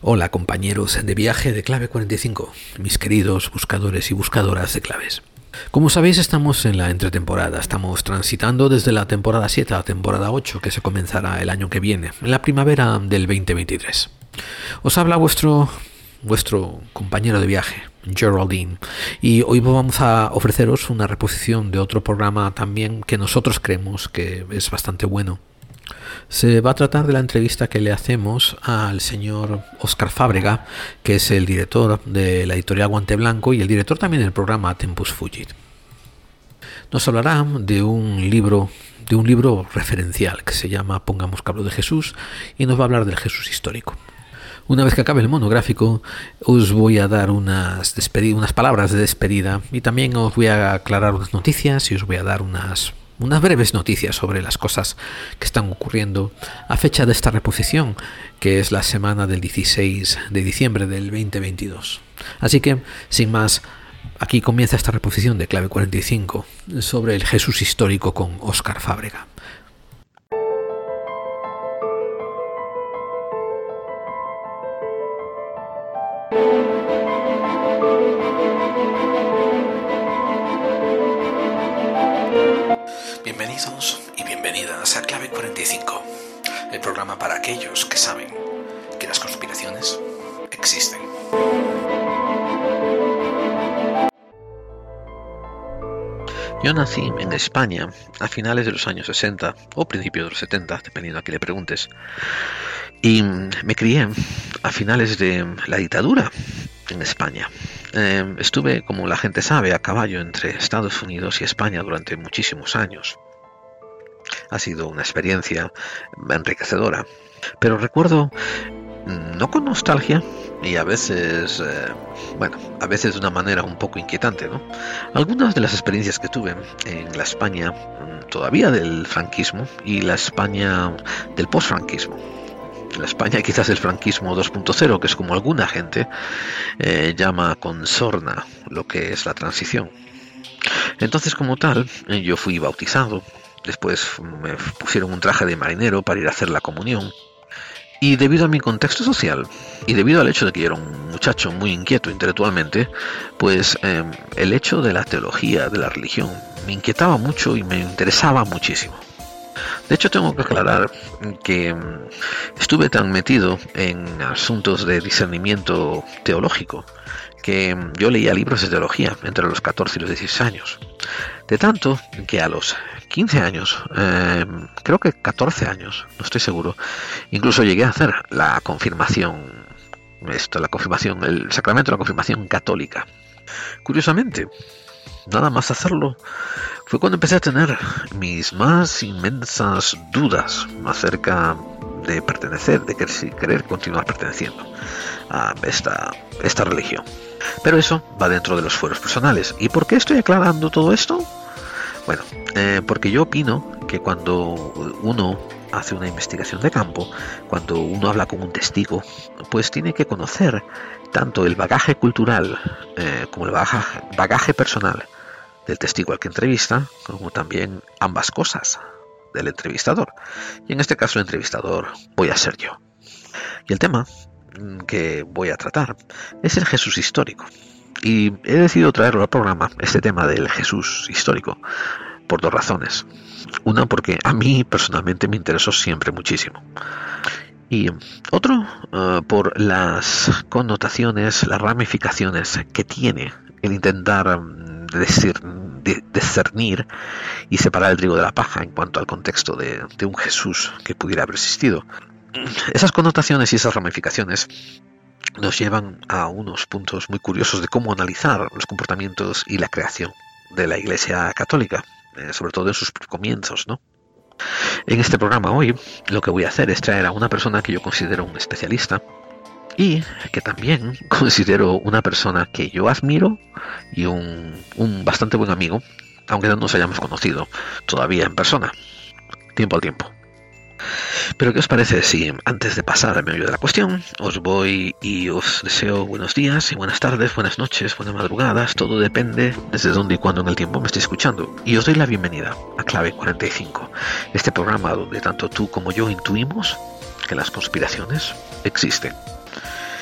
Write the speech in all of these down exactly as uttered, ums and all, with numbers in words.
Hola compañeros de viaje de Clave cuarenta y cinco, mis queridos buscadores y buscadoras de claves. Como sabéis, estamos en la entretemporada, estamos transitando desde la temporada siete a la temporada ocho, que se comenzará el año que viene, en la primavera del veinte veintitrés. Os habla vuestro, vuestro compañero de viaje, Geraldine, y hoy vamos a ofreceros una reposición de otro programa también que nosotros creemos que es bastante bueno. Se va a tratar de la entrevista que le hacemos al señor Óscar Fábrega, que es el director de la editorial Guante Blanco y el director también del programa Tempus Fugit. Nos hablará de un libro, de un libro referencial que se llama Pongamos que hablo de Jesús, y nos va a hablar del Jesús histórico. Una vez que acabe el monográfico, os voy a dar unas, despedi- unas palabras de despedida y también os voy a aclarar unas noticias y os voy a dar unas unas breves noticias sobre las cosas que están ocurriendo a fecha de esta reposición, que es la semana del dieciséis de diciembre del veinte veintidós. Así que, sin más, aquí comienza esta reposición de Clave cuarenta y cinco sobre el Jesús histórico con Óscar Fábrega. Bienvenidos y bienvenidas a Clave cuarenta y cinco, el programa para aquellos que saben que las conspiraciones existen. Yo nací en España a finales de los años sesenta o principios de los setenta, dependiendo a qué le preguntes, y me crié a finales de la dictadura en España. Eh, estuve, como la gente sabe, a caballo entre Estados Unidos y España durante muchísimos años. Ha sido una experiencia enriquecedora, pero recuerdo, no con nostalgia, y a veces, eh, bueno, a veces de una manera un poco inquietante, ¿no?, algunas de las experiencias que tuve en la España todavía del franquismo y la España del posfranquismo. La España quizás del franquismo dos punto cero, que es como alguna gente eh, llama con sorna lo que es la transición. Entonces, como tal, yo fui bautizado, después me pusieron un traje de marinero para ir a hacer la comunión, y debido a mi contexto social y debido al hecho de que yo era un muchacho muy inquieto intelectualmente, pues eh, el hecho de la teología, de la religión, me inquietaba mucho y me interesaba muchísimo. De hecho, tengo que aclarar que estuve tan metido en asuntos de discernimiento teológico que yo leía libros de teología entre los catorce y los dieciséis años. De tanto que a los quince años, eh, creo que catorce años, no estoy seguro, incluso llegué a hacer la confirmación, esto, la confirmación, el sacramento de la confirmación católica. Curiosamente, nada más hacerlo, fue cuando empecé a tener mis más inmensas dudas acerca de pertenecer, de querer continuar perteneciendo a esta, esta religión. Pero eso va dentro de los fueros personales. ¿Y por qué estoy aclarando todo esto? Bueno, eh, porque yo opino que cuando uno hace una investigación de campo, cuando uno habla con un testigo, pues tiene que conocer tanto el bagaje cultural eh, como el bagaje, bagaje personal del testigo al que entrevista, como también ambas cosas del entrevistador. Y en este caso el entrevistador voy a ser yo. Y el tema que voy a tratar es el Jesús histórico. Y he decidido traerlo al programa, este tema del Jesús histórico, por dos razones. Una, porque a mí personalmente me interesó siempre muchísimo. Y otro, uh, por las connotaciones, las ramificaciones que tiene el intentar um, decir, de, discernir y separar el trigo de la paja en cuanto al contexto de, de un Jesús que pudiera haber existido. Esas connotaciones y esas ramificaciones nos llevan a unos puntos muy curiosos de cómo analizar los comportamientos y la creación de la Iglesia Católica, eh, sobre todo en sus comienzos, ¿no? En este programa hoy lo que voy a hacer es traer a una persona que yo considero un especialista y que también considero una persona que yo admiro y un, un bastante buen amigo, aunque no nos hayamos conocido todavía en persona, tiempo al tiempo. Pero ¿qué os parece si antes de pasar al meollo de la cuestión os voy y os deseo buenos días y buenas tardes, buenas noches, buenas madrugadas? Todo depende desde dónde y cuándo en el tiempo me esté escuchando. Y os doy la bienvenida a Clave cuarenta y cinco, este programa donde tanto tú como yo intuimos que las conspiraciones existen.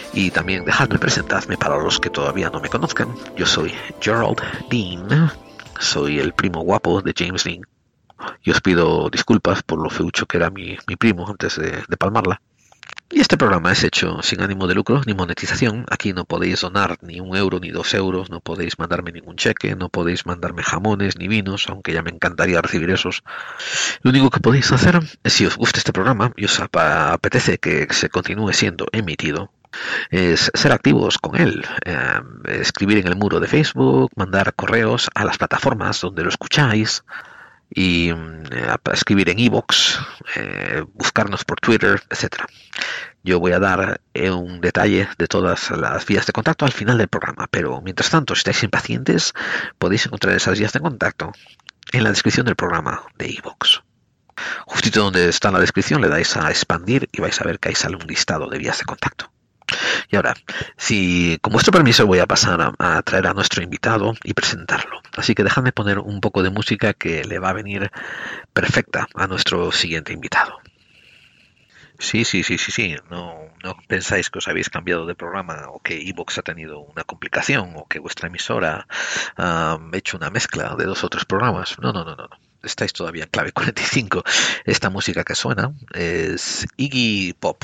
Y también dejadme presentarme para los que todavía no me conozcan. Yo soy Gerald Dean, soy el primo guapo de James Dean. Y os pido disculpas por lo feucho que era mi, mi primo antes de, de palmarla. Y este programa es hecho sin ánimo de lucro ni monetización. Aquí no podéis donar ni un euro ni dos euros, no podéis mandarme ningún cheque, no podéis mandarme jamones ni vinos, aunque ya me encantaría recibir esos. Lo único que podéis hacer es, si os gusta este programa y os apetece que se continúe siendo emitido, es ser activos con él, eh, escribir en el muro de Facebook, mandar correos a las plataformas donde lo escucháis, y eh, escribir en iVoox, eh, buscarnos por Twitter, etcétera. Yo voy a dar eh, un detalle de todas las vías de contacto al final del programa, pero mientras tanto, si estáis impacientes, podéis encontrar esas vías de contacto en la descripción del programa de iVoox. Justito donde está la descripción le dais a expandir y vais a ver que ahí sale un listado de vías de contacto. Y ahora, si con vuestro permiso voy a pasar a, a traer a nuestro invitado y presentarlo. Así que dejadme poner un poco de música que le va a venir perfecta a nuestro siguiente invitado. Sí, sí, sí, sí, sí. No, no pensáis que os habéis cambiado de programa o que iVoox ha tenido una complicación o que vuestra emisora ha uh, hecho una mezcla de dos o tres programas. No, no, no, no, no. Estáis todavía en Clave cuarenta y cinco. Esta música que suena es Iggy Pop.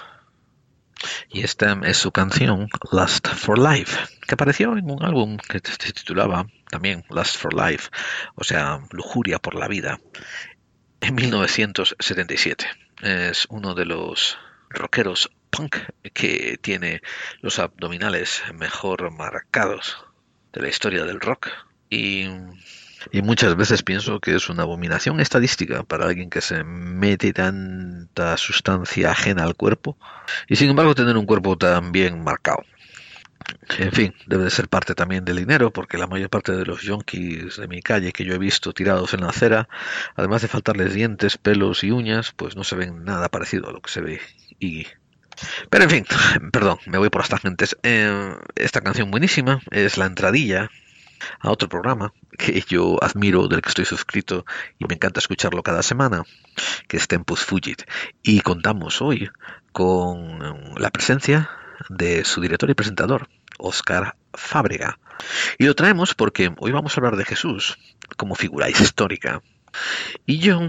Y esta es su canción Lust for Life, que apareció en un álbum que se titulaba también Lust for Life, o sea, Lujuria por la Vida, en mil novecientos setenta y siete. Es uno de los rockeros punk que tiene los abdominales mejor marcados de la historia del rock. Y... Y muchas veces pienso que es una abominación estadística para alguien que se mete tanta sustancia ajena al cuerpo y sin embargo tener un cuerpo tan bien marcado. En fin, debe de ser parte también del dinero, porque la mayor parte de los yonkis de mi calle que yo he visto tirados en la acera, además de faltarles dientes, pelos y uñas, pues no se ven nada parecido a lo que se ve Iggy. Pero en fin, perdón, me voy por las tangentes. Eh, esta canción buenísima es la entradilla a otro programa que yo admiro, del que estoy suscrito y me encanta escucharlo cada semana, que es Tempus Fugit, y contamos hoy con la presencia de su director y presentador, Óscar Fábrega, y lo traemos porque hoy vamos a hablar de Jesús como figura histórica. Y yo,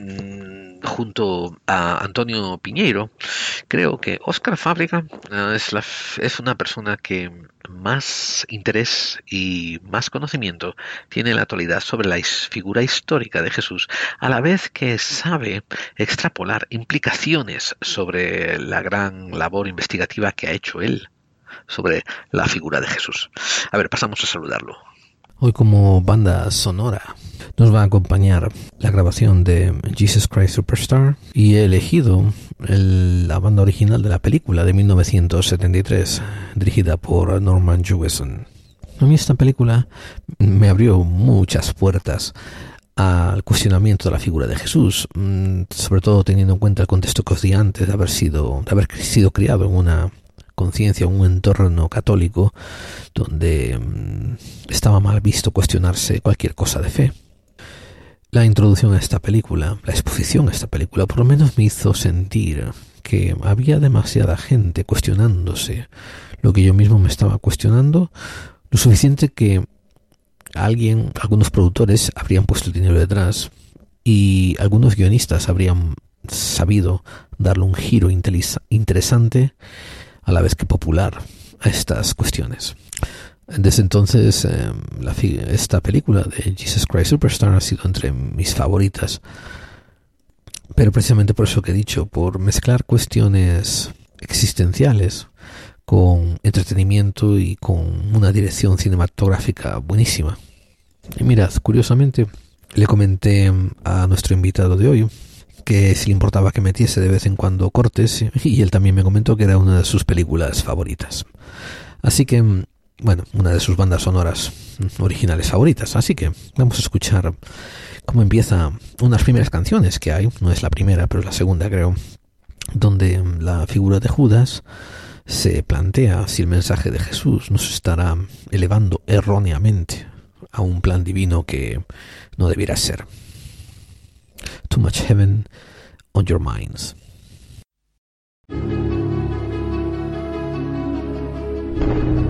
junto a Antonio Piñeiro, creo que Óscar Fábrega es, la, es una persona que más interés y más conocimiento tiene en la actualidad sobre la figura histórica de Jesús, a la vez que sabe extrapolar implicaciones sobre la gran labor investigativa que ha hecho él sobre la figura de Jesús. A ver, pasamos a saludarlo. Hoy como banda sonora nos va a acompañar la grabación de Jesus Christ Superstar, y he elegido el, la banda original de la película de mil novecientos setenta y tres, dirigida por Norman Jewison. A mí esta película me abrió muchas puertas al cuestionamiento de la figura de Jesús, sobre todo teniendo en cuenta el contexto que os di antes de haber sido, de haber sido criado en una conciencia, un entorno católico donde mmm, estaba mal visto cuestionarse cualquier cosa de fe. La introducción a esta película, la exposición a esta película, por lo menos me hizo sentir que había demasiada gente cuestionándose lo que yo mismo me estaba cuestionando, lo suficiente que alguien, algunos productores habrían puesto el dinero detrás y algunos guionistas habrían sabido darle un giro interesante a la vez que popular a estas cuestiones. Desde entonces, eh, la, esta película de Jesus Christ Superstar ha sido entre mis favoritas, pero precisamente por eso que he dicho, por mezclar cuestiones existenciales con entretenimiento y con una dirección cinematográfica buenísima. Y mirad, curiosamente, le comenté a nuestro invitado de hoy que si le importaba que metiese de vez en cuando cortes, y él también me comentó que era una de sus películas favoritas. Así que, bueno, una de sus bandas sonoras originales favoritas. Así que vamos a escuchar cómo empieza unas primeras canciones que hay. No es la primera, pero es la segunda, creo, donde la figura de Judas se plantea si el mensaje de Jesús nos estará elevando erróneamente a un plan divino que no debiera ser. Too much heaven on your minds.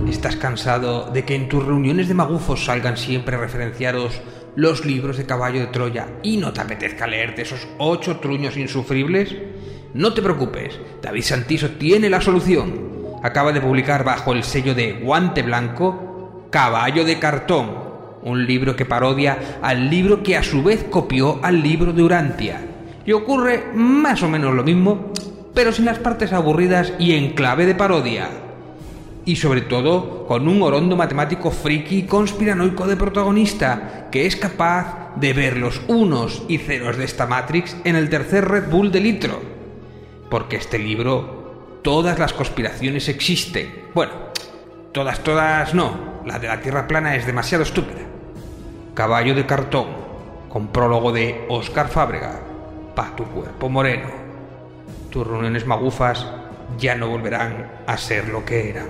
¿Estás cansado de que en tus reuniones de magufos salgan siempre referenciados los libros de Caballo de Troya y no te apetezca leerte esos ocho truños insufribles? No te preocupes, David Santiso tiene la solución. Acaba de publicar bajo el sello de Guante Blanco Caballo de Cartón, un libro que parodia al libro que a su vez copió al libro de Urantia. Y ocurre más o menos lo mismo, pero sin las partes aburridas y en clave de parodia. Y sobre todo con un orondo matemático friki y conspiranoico de protagonista, que es capaz de ver los unos y ceros de esta Matrix en el tercer Red Bull de litro. Porque este libro, todas las conspiraciones existen. Bueno, todas, todas no. La de la Tierra plana es demasiado estúpida. Caballo de Cartón, con prólogo de Óscar Fábrega. Pa' tu cuerpo moreno. Tus reuniones magufas ya no volverán a ser lo que eran.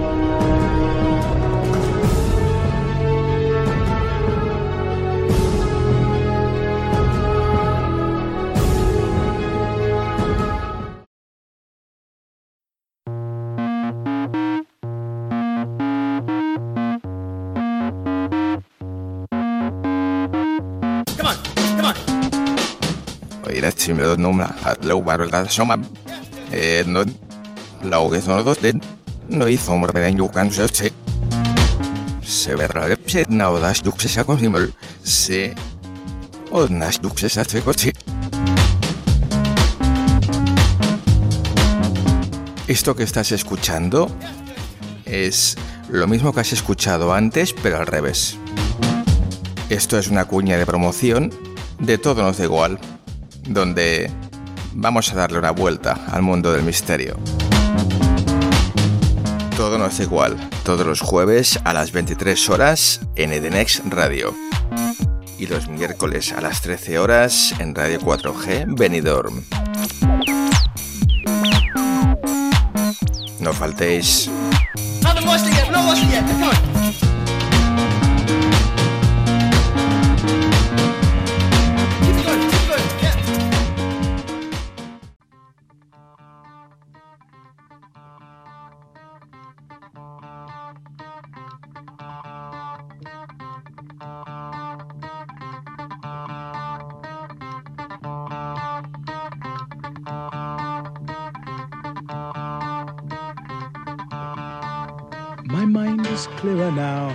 Oye, numra at low barrel shoma eh no lo que son dos de no hizo hombre de yukan se se verá se no das duxe sa consimol se o nas duxe sa se coche. Esto que estás escuchando es lo mismo que has escuchado antes, pero al revés. Esto es una cuña de promoción de Todo nos da igual, donde vamos a darle una vuelta al mundo del misterio. Todo nos da igual, todos los jueves a las veintitrés horas en Edenex Radio y los miércoles a las trece horas en Radio cuatro G Benidorm. No faltéis. My mind is clearer now.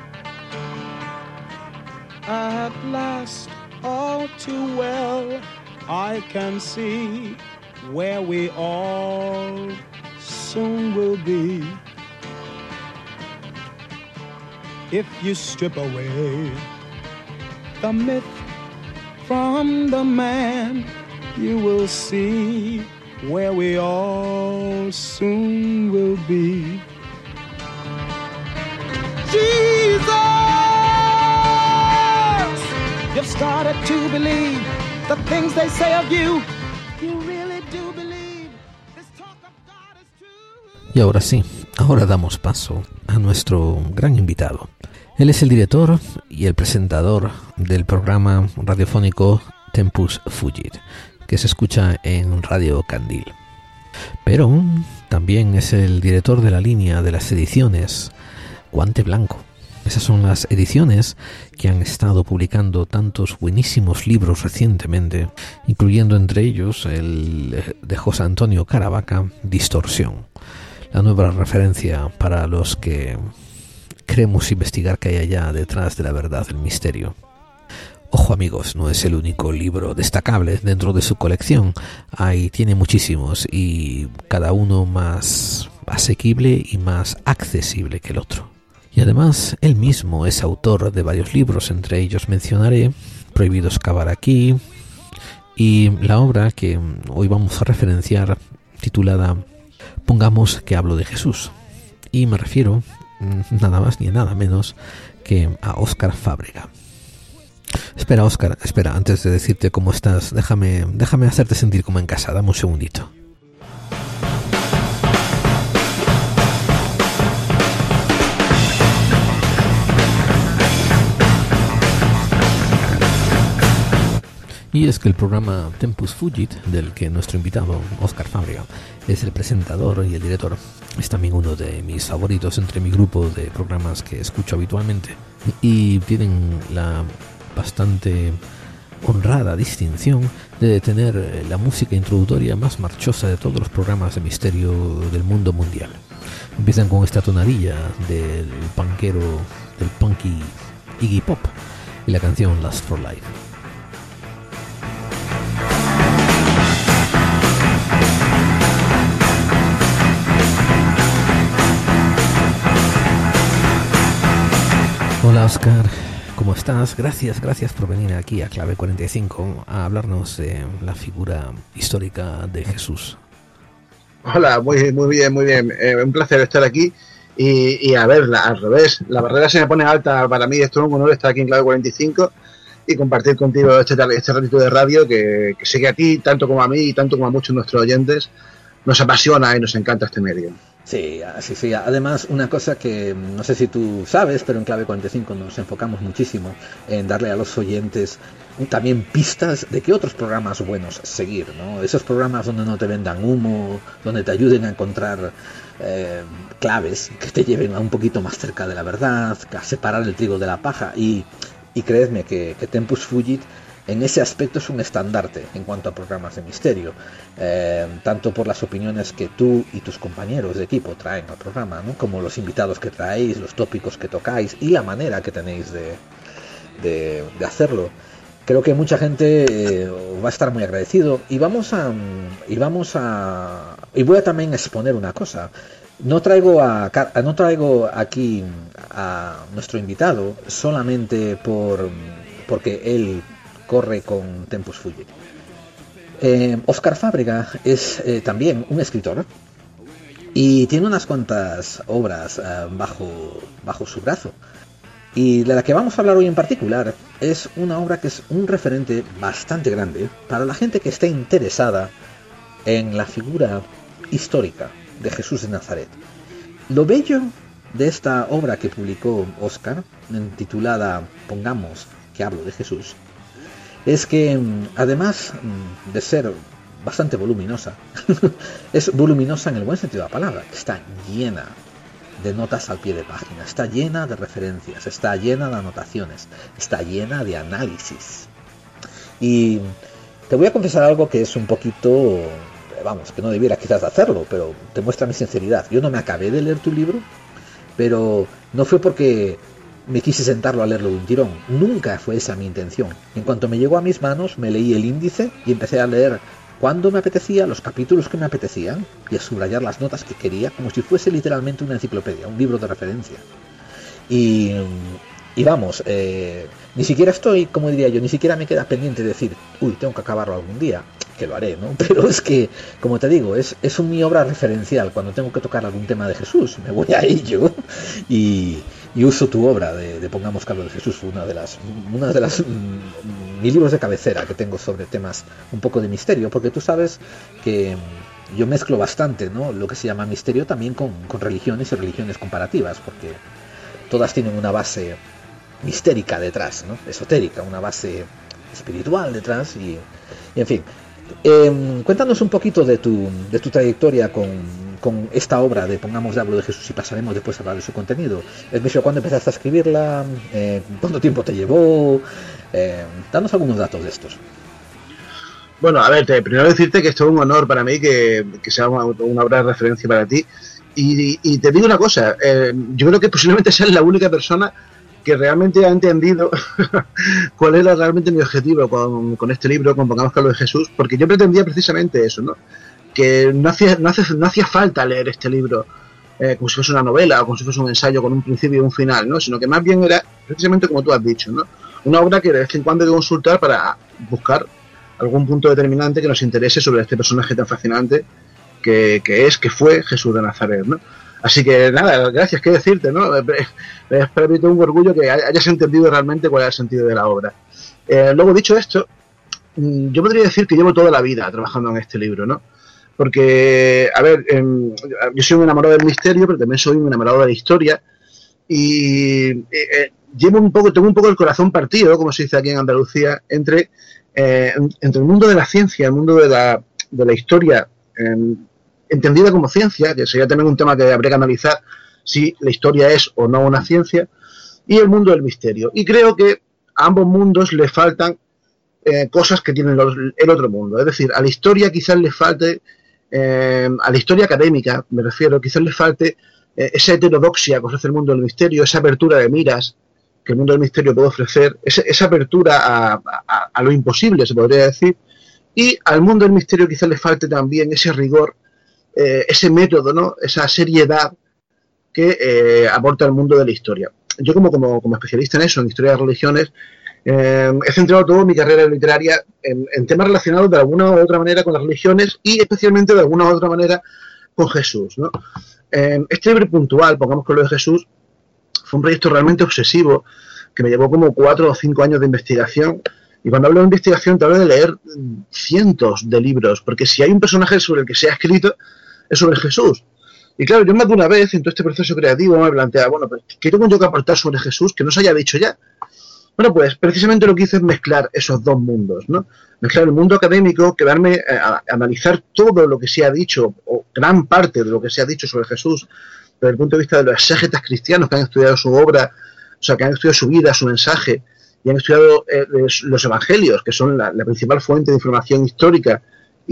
At last, all too well, I can see where we all soon will be. If you strip away the myth from the man, you will see where we all soon will be. Jesus, you've started to believe the things they say of you. You really do believe this talk of God is true. Y ahora sí, ahora damos paso a nuestro gran invitado. Él es el director y el presentador del programa radiofónico Tempus Fugit, que se escucha en Radio Candil. Pero también es el director de la línea de las ediciones Guante Blanco. Esas son las ediciones que han estado publicando tantos buenísimos libros recientemente, incluyendo entre ellos el de José Antonio Caravaca, Distorsión, la nueva referencia para los que queremos investigar qué hay allá detrás de la verdad del misterio. Ojo amigos, no es el único libro destacable dentro de su colección. Ahí tiene muchísimos y cada uno más asequible y más accesible que el otro. Y además, él mismo es autor de varios libros, entre ellos mencionaré Prohibido excavar aquí y la obra que hoy vamos a referenciar titulada Pongamos que hablo de Jesús. Y me refiero nada más ni nada menos que a Óscar Fábrega. Espera, Óscar, espera, antes de decirte cómo estás, déjame, déjame hacerte sentir como en casa, dame un segundito. Y es que el programa Tempus Fugit, del que nuestro invitado Óscar Fábrega es el presentador y el director, es también uno de mis favoritos entre mi grupo de programas que escucho habitualmente, y tienen la bastante honrada distinción de tener la música introductoria más marchosa de todos los programas de misterio del mundo mundial. Empiezan con esta tonadilla del punkero, del punky Iggy Pop, y la canción Last for Life. Hola Óscar, ¿cómo estás? Gracias, gracias por venir aquí a Clave cuarenta y cinco a hablarnos de la figura histórica de Jesús. Hola, muy, muy bien, muy bien. Eh, un placer estar aquí. Y, y a ver, la, al revés, la barrera se me pone alta para mí. Esto es un honor estar aquí en Clave cuarenta y cinco y compartir contigo este, este ratito de radio que, que sé que a ti, tanto como a mí y tanto como a muchos de nuestros oyentes, nos apasiona y nos encanta este medio. Sí, sí, sí. Además, una cosa que no sé si tú sabes, pero en Clave cuarenta y cinco nos enfocamos muchísimo en darle a los oyentes también pistas de qué otros programas buenos seguir, ¿no? Esos programas donde no te vendan humo, donde te ayuden a encontrar eh, claves que te lleven a un poquito más cerca de la verdad, a separar el trigo de la paja. Y, y creedme que, que Tempus Fugit en ese aspecto es un estandarte en cuanto a programas de misterio, eh, tanto por las opiniones que tú y tus compañeros de equipo traen al programa, ¿no? Como los invitados que traéis, los tópicos que tocáis y la manera que tenéis de, de, de hacerlo. Creo que mucha gente eh, va a estar muy agradecido y vamos a y vamos a y voy a también exponer una cosa. No traigo a no traigo aquí a nuestro invitado solamente por porque él corre con Tempus Fugit. Eh, Óscar Fábrega es eh, también un escritor y tiene unas cuantas obras eh, bajo, bajo su brazo. Y de la que vamos a hablar hoy en particular es una obra que es un referente bastante grande para la gente que esté interesada en la figura histórica de Jesús de Nazaret. Lo bello de esta obra que publicó Óscar, titulada Pongamos que hablo de Jesús, es que además de ser bastante voluminosa, es voluminosa en el buen sentido de la palabra, que está llena de notas al pie de página, está llena de referencias, está llena de anotaciones, está llena de análisis. Y te voy a confesar algo que es un poquito, vamos, que no debiera quizás hacerlo, pero te muestra mi sinceridad. Yo no me acabé de leer tu libro, pero no fue porque me quise sentarlo a leerlo de un tirón. Nunca fue esa mi intención. En cuanto me llegó a mis manos, me leí el índice y empecé a leer cuando me apetecía, los capítulos que me apetecían, y a subrayar las notas que quería, como si fuese literalmente una enciclopedia, un libro de referencia. Y, y vamos, eh, ni siquiera estoy, como diría yo, ni siquiera me queda pendiente de decir, uy, tengo que acabarlo algún día, que lo haré, ¿no? Pero es que, como te digo, es, es un, mi obra referencial. Cuando tengo que tocar algún tema de Jesús, me voy a ello y, y uso tu obra de, de Pongamos que hablo de Jesús, una de las, una de las mm, mis libros de cabecera que tengo sobre temas un poco de misterio, porque tú sabes que yo mezclo bastante, ¿no?, lo que se llama misterio también con, con religiones y religiones comparativas, porque todas tienen una base mistérica detrás, ¿no?, esotérica, una base espiritual detrás y, y en fin. Eh, cuéntanos un poquito de tu, de tu trayectoria con, con esta obra de Pongamos de hablo de Jesús y pasaremos después a hablar de su contenido. ¿Cuándo empezaste a escribirla? Eh, ¿Cuánto tiempo te llevó? Eh, danos algunos datos de estos. Bueno, a ver, te, primero decirte que esto es un honor para mí que, que sea una, una obra de referencia para ti. Y, y te digo una cosa, eh, yo creo que posiblemente seas la única persona que realmente ha entendido cuál era realmente mi objetivo con, con este libro, con Pongamos que hablo de Jesús, porque yo pretendía precisamente eso, ¿no? Que no hacía, no hacía, no hacía falta leer este libro eh, como si fuese una novela o como si fuese un ensayo con un principio y un final, ¿no? Sino que más bien era precisamente como tú has dicho, ¿no? Una obra que de vez en cuando hay que consultar para buscar algún punto determinante que nos interese sobre este personaje tan fascinante que, que es, que fue Jesús de Nazaret, ¿no? Así que nada, gracias, qué decirte, ¿no? Es para mí todo un orgullo que hayas entendido realmente cuál es el sentido de la obra. Eh, luego, dicho esto, yo podría decir que llevo toda la vida trabajando en este libro, ¿no? Porque, a ver, eh, yo soy un enamorado del misterio, pero también soy un enamorado de la historia. Y eh, llevo un poco, tengo un poco el corazón partido, como se dice aquí en Andalucía, entre, eh, entre el mundo de la ciencia, el mundo de la, de la historia, eh, entendida como ciencia, que sería también un tema que habría que analizar si la historia es o no una ciencia, y el mundo del misterio. Y creo que a ambos mundos le faltan eh, cosas que tienen los, el otro mundo. Es decir, a la historia quizás le falte, eh, a la historia académica, me refiero, quizás le falte eh, esa heterodoxia que ofrece el mundo del misterio, esa apertura de miras que el mundo del misterio puede ofrecer, esa, esa apertura a, a, a lo imposible, se podría decir, y al mundo del misterio quizás le falte también ese rigor, eh, ese método, ¿no? Esa seriedad que eh, aporta el mundo de la historia. Yo como, como, como especialista en eso, en historia de religiones, eh, he centrado toda mi carrera literaria en, en temas relacionados de alguna u otra manera con las religiones y especialmente de alguna u otra manera con Jesús, ¿no? Eh, este libro puntual, pongamos con lo de Jesús, fue un proyecto realmente obsesivo que me llevó como cuatro o cinco años de investigación. Y cuando hablo de investigación te hablo de leer cientos de libros, porque si hay un personaje sobre el que se ha escrito es sobre Jesús. Y claro, yo más de una vez en todo este proceso creativo me planteaba, bueno, pues, ¿qué tengo yo que aportar sobre Jesús que no se haya dicho ya? Bueno, pues precisamente lo que hice es mezclar esos dos mundos, ¿no? Mezclar el mundo académico, quedarme a, a analizar todo lo que se ha dicho, o gran parte de lo que se ha dicho sobre Jesús, desde el punto de vista de los exégetas cristianos que han estudiado su obra, o sea, que han estudiado su vida, su mensaje, y han estudiado eh, los evangelios, que son la, la principal fuente de información histórica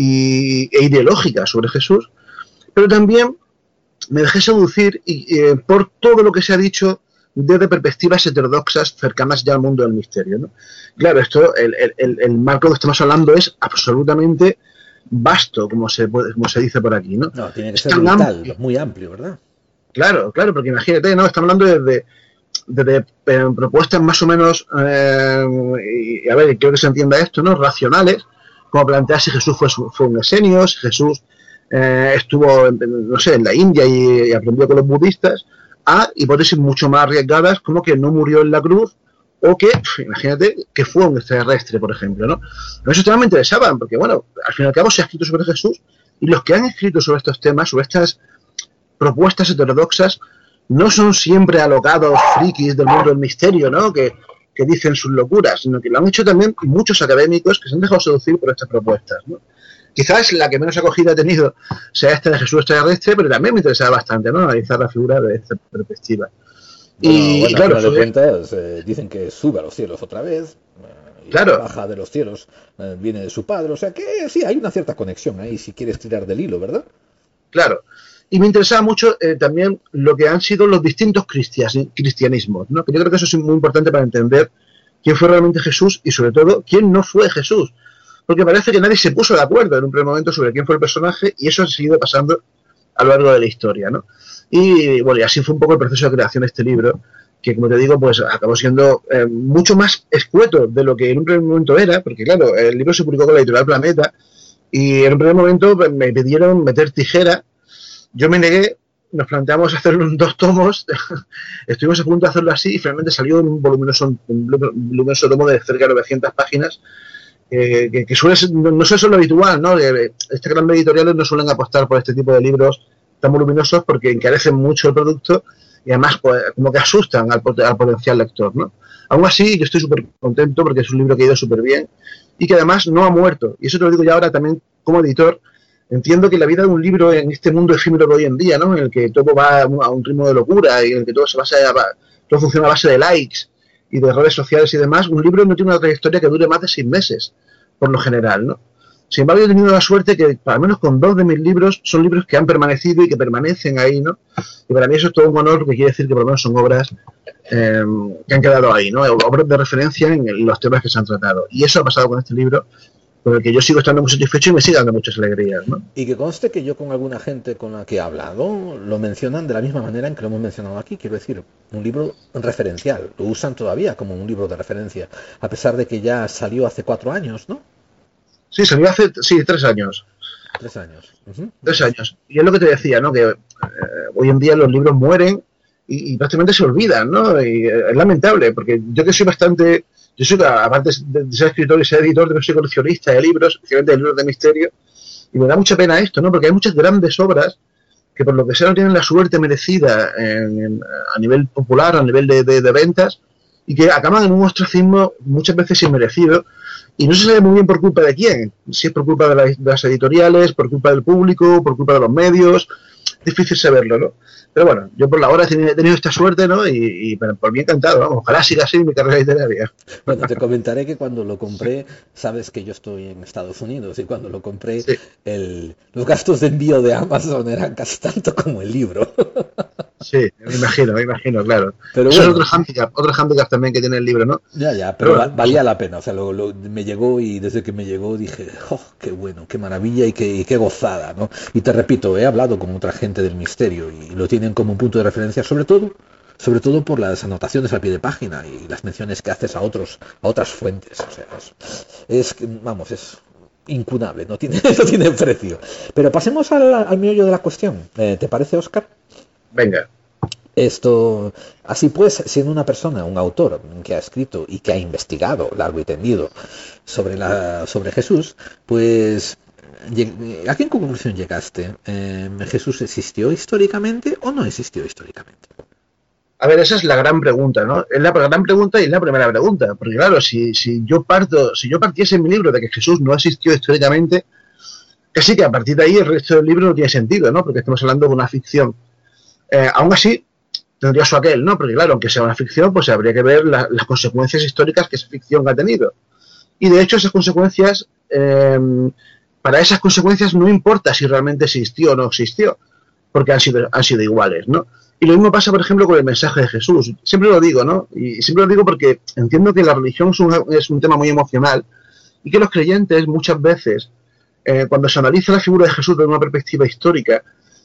y, e ideológica sobre Jesús, pero también me dejé seducir y, eh, por todo lo que se ha dicho desde perspectivas heterodoxas cercanas ya al mundo del misterio, ¿no? Claro, esto, el, el, el marco que estamos hablando es absolutamente vasto, como se, puede, como se dice por aquí, ¿no? No, tiene que ser brutal, muy amplio, ¿verdad? Claro, claro, porque imagínate, ¿no? Estamos hablando desde, desde eh, propuestas más o menos, eh, y a ver, quiero que se entienda esto, ¿no? Racionales, como plantear si Jesús fue, fue un esenio, si Jesús eh, estuvo, no sé, en la India y, y aprendió con los budistas, a hipótesis mucho más arriesgadas, como que no murió en la cruz, o que, pf, imagínate, que fue un extraterrestre, por ejemplo, ¿no? Pero esos temas me interesaban, porque, bueno, al fin y al cabo se ha escrito sobre Jesús, y los que han escrito sobre estos temas, sobre estas propuestas heterodoxas, no son siempre alocados frikis del mundo del misterio, ¿no? Que, que dicen sus locuras, sino que lo han hecho también muchos académicos que se han dejado seducir por estas propuestas, ¿no? Quizás la que menos acogida ha tenido sea esta de Jesús extraterrestre, pero también me interesaba bastante, ¿no? Analizar la figura de esta perspectiva. Bueno, y bueno, claro, a final de cuentas, eh, dicen que sube a los cielos otra vez, eh, y claro, baja de los cielos, eh, viene de su padre, o sea que sí, hay una cierta conexión ahí, si quieres tirar del hilo, ¿verdad? Claro. Y me interesaba mucho eh, también lo que han sido los distintos cristianismos, ¿no? Que yo creo que eso es muy importante para entender quién fue realmente Jesús y, sobre todo, quién no fue Jesús. Porque parece que nadie se puso de acuerdo en un primer momento sobre quién fue el personaje y eso ha seguido pasando a lo largo de la historia, ¿no? Y, bueno, y así fue un poco el proceso de creación de este libro, que, como te digo, pues acabó siendo eh, mucho más escueto de lo que en un primer momento era, porque, claro, el libro se publicó con la editorial Planeta y en un primer momento me pidieron meter tijera. Yo me negué, nos planteamos hacerlo en dos tomos, estuvimos a punto de hacerlo así y finalmente salió un voluminoso, un voluminoso tomo de cerca de novecientas páginas, eh, que, que suele ser, no es eso lo habitual, ¿no? De, estas grandes editoriales no suelen apostar por este tipo de libros tan voluminosos porque encarecen mucho el producto y además pues, como que asustan al, al potencial lector, ¿no? Aún así, yo estoy súper contento porque es un libro que ha ido súper bien y que además no ha muerto. Y eso te lo digo yo ahora también como editor. Entiendo que la vida de un libro en este mundo efímero de hoy en día, ¿no? En el que todo va a un ritmo de locura y en el que todo se basa, todo funciona a base de likes y de redes sociales y demás, un libro no tiene una trayectoria que dure más de seis meses, por lo general, ¿no? Sin embargo, yo he tenido la suerte que, al menos con dos de mis libros, son libros que han permanecido y que permanecen ahí, ¿no? Y para mí eso es todo un honor, porque quiere decir que por lo menos son obras eh, que han quedado ahí, ¿no? Obras de referencia en los temas que se han tratado. Y eso ha pasado con este libro, con el que yo sigo estando muy satisfecho y me sigue dando muchas alegrías, ¿no? Y que conste que yo con alguna gente con la que he hablado lo mencionan de la misma manera en que lo hemos mencionado aquí, quiero decir, un libro referencial, lo usan todavía como un libro de referencia, a pesar de que ya salió hace cuatro años, ¿no? Sí, salió hace, sí, tres años. Tres años. Uh-huh. Tres años. Y es lo que te decía, ¿no? Que eh, hoy en día los libros mueren y, y prácticamente se olvidan, ¿no? Y eh, es lamentable, porque yo que soy bastante... Yo soy, aparte de ser escritor y ser editor, también soy coleccionista de libros, especialmente de libros de misterio, y me da mucha pena esto, ¿no? Porque hay muchas grandes obras que por lo que sea no tienen la suerte merecida en, en, a nivel popular, a nivel de, de, de ventas, y que acaban en un ostracismo muchas veces inmerecido, y no se sabe muy bien por culpa de quién, si es por culpa de, la, de las editoriales, por culpa del público, por culpa de los medios, difícil saberlo, ¿no? Pero bueno, yo por la hora he tenido, he tenido esta suerte, ¿no? Y, y por mí encantado, vamos, ojalá siga así mi carrera literaria. Bueno, te comentaré que cuando lo compré, sabes que yo estoy en Estados Unidos, y cuando lo compré, sí. el, los gastos de envío de Amazon eran casi tanto como el libro. Sí, me imagino, me imagino, claro. Pero Eso bueno, es otro handicap, otro handicap también que tiene el libro, ¿no? Ya, ya, pero, pero va, valía la pena, o sea, lo, lo, me llegó y desde que me llegó dije, oh, qué bueno, qué maravilla y qué, y qué gozada, ¿no? Y te repito, he hablado con otra gente del misterio y lo tienen como un punto de referencia, sobre todo, sobre todo por las anotaciones al pie de página y las menciones que haces a otros, a otras fuentes, o sea, es, es vamos, es incunable, no tiene, no tiene precio. Pero pasemos al, al meollo de la cuestión, eh, ¿te parece, Óscar? Venga. Esto, así pues, siendo una persona, un autor que ha escrito y que ha investigado largo y tendido sobre la sobre Jesús, pues ¿a qué conclusión llegaste? Eh, ¿Jesús existió históricamente o no existió históricamente? A ver, esa es la gran pregunta, ¿no? Es la gran pregunta y es la primera pregunta, porque claro, si, si yo parto, si yo partiese en mi libro de que Jesús no existió históricamente, casi que a partir de ahí el resto del libro no tiene sentido, ¿no? Porque estamos hablando de una ficción. Eh, aún así, tendría su aquel, ¿no? Porque claro, aunque sea una ficción, pues habría que ver la, las consecuencias históricas que esa ficción ha tenido. Y de hecho esas consecuencias, eh, para esas consecuencias no importa si realmente existió o no existió, porque han sido, han sido iguales, ¿no? Y lo mismo pasa, por ejemplo, con el mensaje de Jesús. Siempre lo digo, ¿no? Y siempre lo digo porque entiendo que la religión es un, es un tema muy emocional y que los creyentes muchas veces, eh, cuando se analiza la figura de Jesús desde una perspectiva histórica,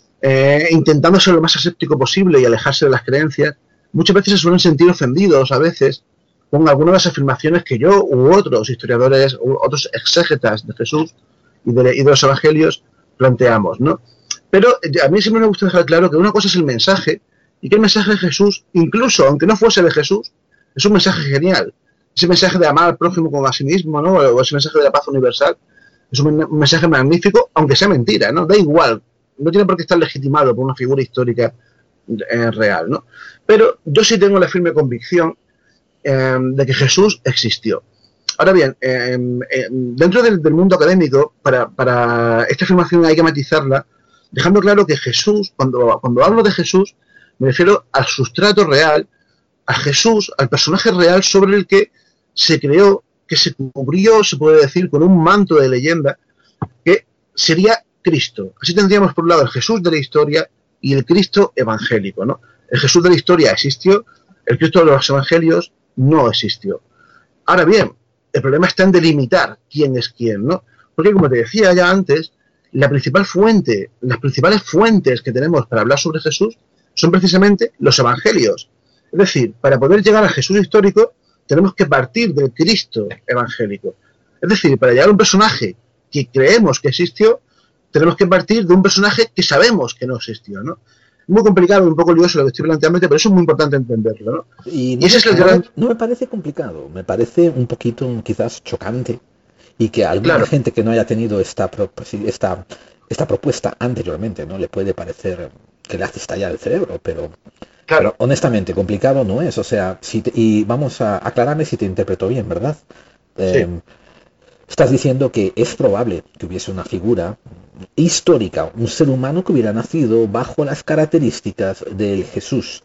Eh, intentando ser lo más aséptico posible y alejarse de las creencias, muchas veces se suelen sentir ofendidos a veces con algunas de las afirmaciones que yo u otros historiadores u otros exégetas de Jesús y de, y de los evangelios planteamos, ¿no? Pero a mí siempre me gusta dejar claro que una cosa es el mensaje y que el mensaje de Jesús, incluso aunque no fuese de Jesús, es un mensaje genial. Ese mensaje de amar al prójimo como a sí mismo, ¿no? O ese mensaje de la paz universal es un, un mensaje magnífico, aunque sea mentira, ¿no? Da igual. No tiene por qué estar legitimado por una figura histórica eh, real, ¿no? Pero yo sí tengo la firme convicción eh, de que Jesús existió. Ahora bien, eh, eh, dentro del, del mundo académico, para, para esta afirmación hay que matizarla, dejando claro que Jesús, cuando, cuando hablo de Jesús, me refiero al sustrato real, a Jesús, al personaje real sobre el que se creó, que se cubrió, se puede decir, con un manto de leyenda, que sería Cristo. Así tendríamos por un lado el Jesús de la historia y el Cristo evangélico, ¿no? El Jesús de la historia existió, el Cristo de los evangelios no existió. Ahora bien, el problema está en delimitar quién es quién, ¿no? Porque como te decía ya antes, la principal fuente, las principales fuentes que tenemos para hablar sobre Jesús son precisamente los evangelios. Es decir, para poder llegar al Jesús histórico tenemos que partir del Cristo evangélico. Es decir, para llegar a un personaje que creemos que existió, tenemos que partir de un personaje que sabemos que no existió, ¿no? Muy complicado, un poco lioso lo que estoy planteando, pero eso es muy importante entenderlo, ¿no? Y, no, y ese me, es el no, gran... no me parece complicado, me parece un poquito quizás chocante y que a alguna claro. gente que no haya tenido esta, esta, esta propuesta anteriormente, ¿no? Le puede parecer que le hace estallar el cerebro, pero, claro. pero honestamente complicado no es, o sea, si te, y vamos a aclararme si te interpreto bien, ¿verdad? Eh, sí. Estás diciendo que es probable que hubiese una figura histórica, un ser humano que hubiera nacido bajo las características del Jesús,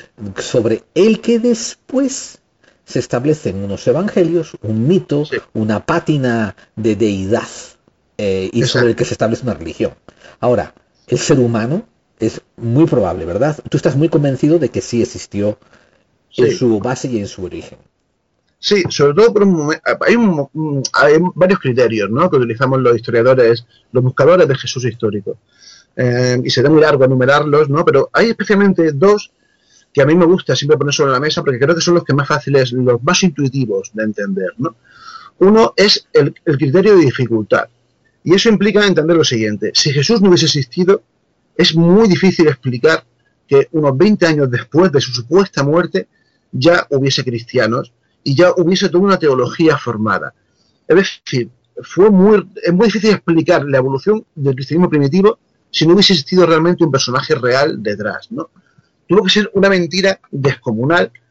sobre el que después se establecen unos evangelios, un mito, sí. una pátina de deidad, eh, y Exacto. sobre el que se establece una religión. Ahora, el ser humano es muy probable, ¿verdad? Tú estás muy convencido de que sí existió sí. en su base y en su origen. Sí, sobre todo por un momento, hay, un, hay varios criterios, ¿no?, que utilizamos los historiadores, los buscadores del Jesús histórico. Eh, y sería muy largo enumerarlos, ¿no?, pero hay especialmente dos que a mí me gusta siempre poner sobre la mesa porque creo que son los que más fáciles, los más intuitivos de entender, ¿no? Uno es el, el criterio de dificultad. Y eso implica entender lo siguiente. Si Jesús no hubiese existido, es muy difícil explicar que unos veinte años después de su supuesta muerte ya hubiese cristianos y ya hubiese toda una teología formada. Es decir, fue muy, es muy difícil explicar la evolución del cristianismo primitivo si no hubiese existido realmente un personaje real detrás, ¿no? Tuvo que ser una mentira descomunal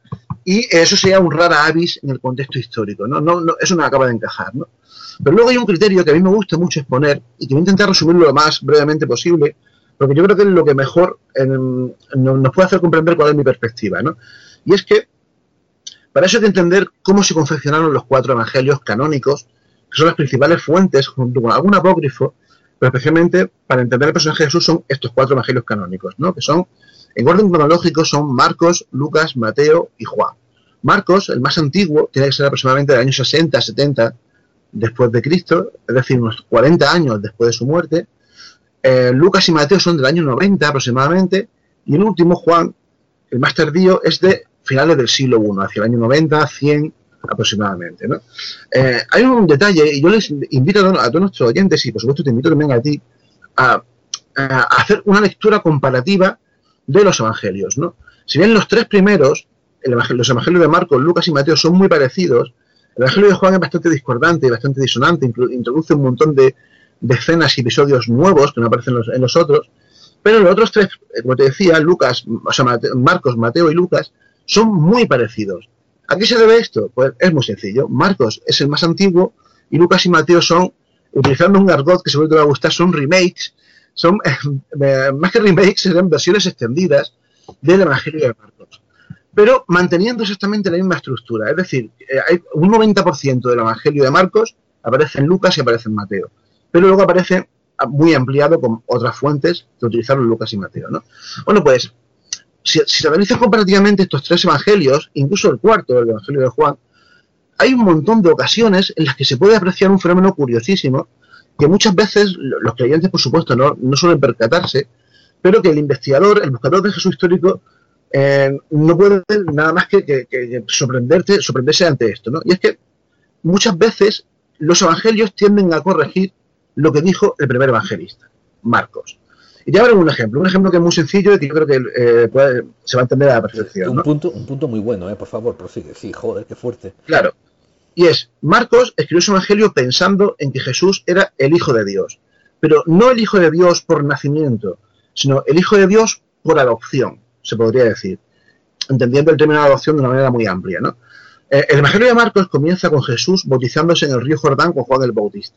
y eso sería un rara avis en el contexto histórico, ¿no? No, no, eso no acaba de encajar, ¿no? Pero luego hay un criterio que a mí me gusta mucho exponer y que voy a intentar resumirlo lo más brevemente posible, porque yo creo que es lo que mejor eh, nos puede hacer comprender cuál es mi perspectiva, ¿no? Y es que para eso hay que entender cómo se confeccionaron los cuatro evangelios canónicos, que son las principales fuentes, junto con algún apócrifo, pero especialmente para entender el personaje de Jesús son estos cuatro evangelios canónicos, ¿no? Que son, en orden cronológico, son Marcos, Lucas, Mateo y Juan. Marcos, el más antiguo, tiene que ser aproximadamente del año sesenta, setenta después de Cristo, es decir, unos cuarenta años después de su muerte. Eh, Lucas y Mateo son del año noventa aproximadamente, y el último, Juan, el más tardío, es de finales del siglo primero, hacia el año noventa, cien aproximadamente, ¿no? Eh, hay un detalle, y yo les invito a, a todos nuestros oyentes, y por supuesto te invito también a ti, a, a hacer una lectura comparativa de los evangelios, ¿no? Si bien los tres primeros, el evangelio, los evangelios de Marcos, Lucas y Mateo, son muy parecidos, el evangelio de Juan es bastante discordante y bastante disonante, introduce un montón de, de escenas y episodios nuevos que no aparecen en los, en los otros, pero los otros tres, como te decía, Lucas, o sea, Mateo, Marcos, Mateo y Lucas, son muy parecidos. ¿A qué se debe esto? Pues es muy sencillo. Marcos es el más antiguo y Lucas y Mateo son, utilizando un argot que seguro te va a gustar, son remakes, son, eh, más que remakes, serán versiones extendidas del Evangelio de Marcos, pero manteniendo exactamente la misma estructura. Es decir, eh, hay un noventa por ciento del Evangelio de Marcos aparece en Lucas y aparece en Mateo, pero luego aparece muy ampliado con otras fuentes que utilizaron Lucas y Mateo, ¿no? Bueno, pues, si, si se analizan comparativamente estos tres evangelios, incluso el cuarto, el Evangelio de Juan, hay un montón de ocasiones en las que se puede apreciar un fenómeno curiosísimo que muchas veces los creyentes, por supuesto, no, no suelen percatarse, pero que el investigador, el buscador de Jesús histórico, eh, no puede nada más que, que, que sorprenderte, sorprenderse ante esto, ¿no? Y es que muchas veces los evangelios tienden a corregir lo que dijo el primer evangelista, Marcos. Y te abro un ejemplo, un ejemplo que es muy sencillo y que yo creo que eh, puede, se va a entender a la perfección, un ¿no? punto, un punto muy bueno, eh, por favor, prosigue. Sí, joder, qué fuerte. Claro. Y es, Marcos escribió su evangelio pensando en que Jesús era el Hijo de Dios, pero no el Hijo de Dios por nacimiento, sino el Hijo de Dios por adopción, se podría decir, entendiendo el término de adopción de una manera muy amplia, ¿no? Eh, el evangelio de Marcos comienza con Jesús bautizándose en el río Jordán con Juan el Bautista.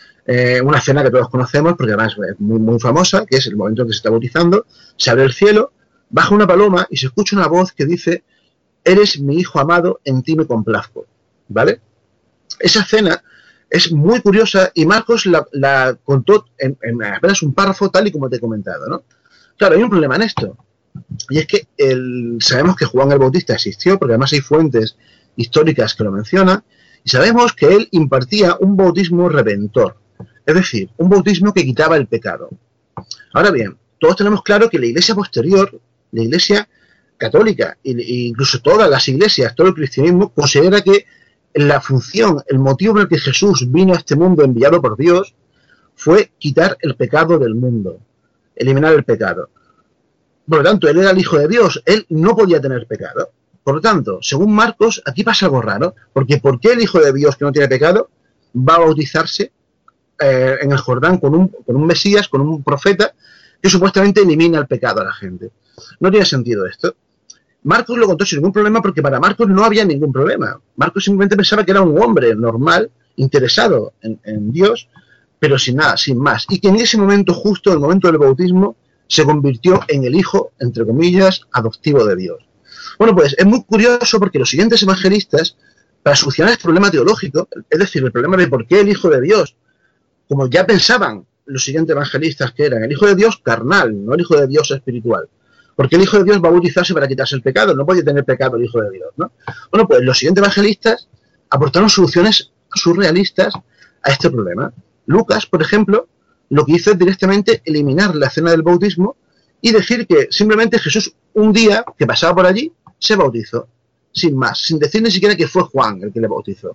Eh, una escena que todos conocemos porque además es muy, muy famosa, que es el momento en que se está bautizando, se abre el cielo, baja una paloma y se escucha una voz que dice: eres mi hijo amado, en ti me complazco, ¿vale? Esa escena es muy curiosa y Marcos la, la contó en, en apenas un párrafo, tal y como te he comentado, ¿no? Claro, hay un problema en esto, y es que el, sabemos que Juan el Bautista existió, porque además hay fuentes históricas que lo mencionan, y sabemos que él impartía un bautismo redentor, es decir, un bautismo que quitaba el pecado. Ahora bien, todos tenemos claro que la iglesia posterior, la iglesia católica, e incluso todas las iglesias, todo el cristianismo, considera que la función, el motivo por el que Jesús vino a este mundo enviado por Dios fue quitar el pecado del mundo, eliminar el pecado. Por lo tanto, él era el Hijo de Dios, él no podía tener pecado. Por lo tanto, según Marcos, aquí pasa algo raro, porque ¿por qué el Hijo de Dios que no tiene pecado va a bautizarse eh, en el Jordán con un, con un Mesías, con un profeta que supuestamente elimina el pecado a la gente? No tiene sentido esto. Marcos lo contó sin ningún problema porque para Marcos no había ningún problema. Marcos simplemente pensaba que era un hombre normal, interesado en, en Dios, pero sin nada, sin más. Y que en ese momento, justo en el momento del bautismo, se convirtió en el hijo, entre comillas, adoptivo de Dios. Bueno, pues es muy curioso porque los siguientes evangelistas, para solucionar este problema teológico, es decir, el problema de por qué el Hijo de Dios, como ya pensaban los siguientes evangelistas que eran el Hijo de Dios carnal, no el Hijo de Dios espiritual, porque el Hijo de Dios va a bautizarse para quitarse el pecado, no puede tener pecado el Hijo de Dios, ¿no? Bueno, pues los siguientes evangelistas aportaron soluciones surrealistas a este problema. Lucas, por ejemplo, lo que hizo es directamente eliminar la escena del bautismo y decir que simplemente Jesús, un día que pasaba por allí, se bautizó, sin más, sin decir ni siquiera que fue Juan el que le bautizó.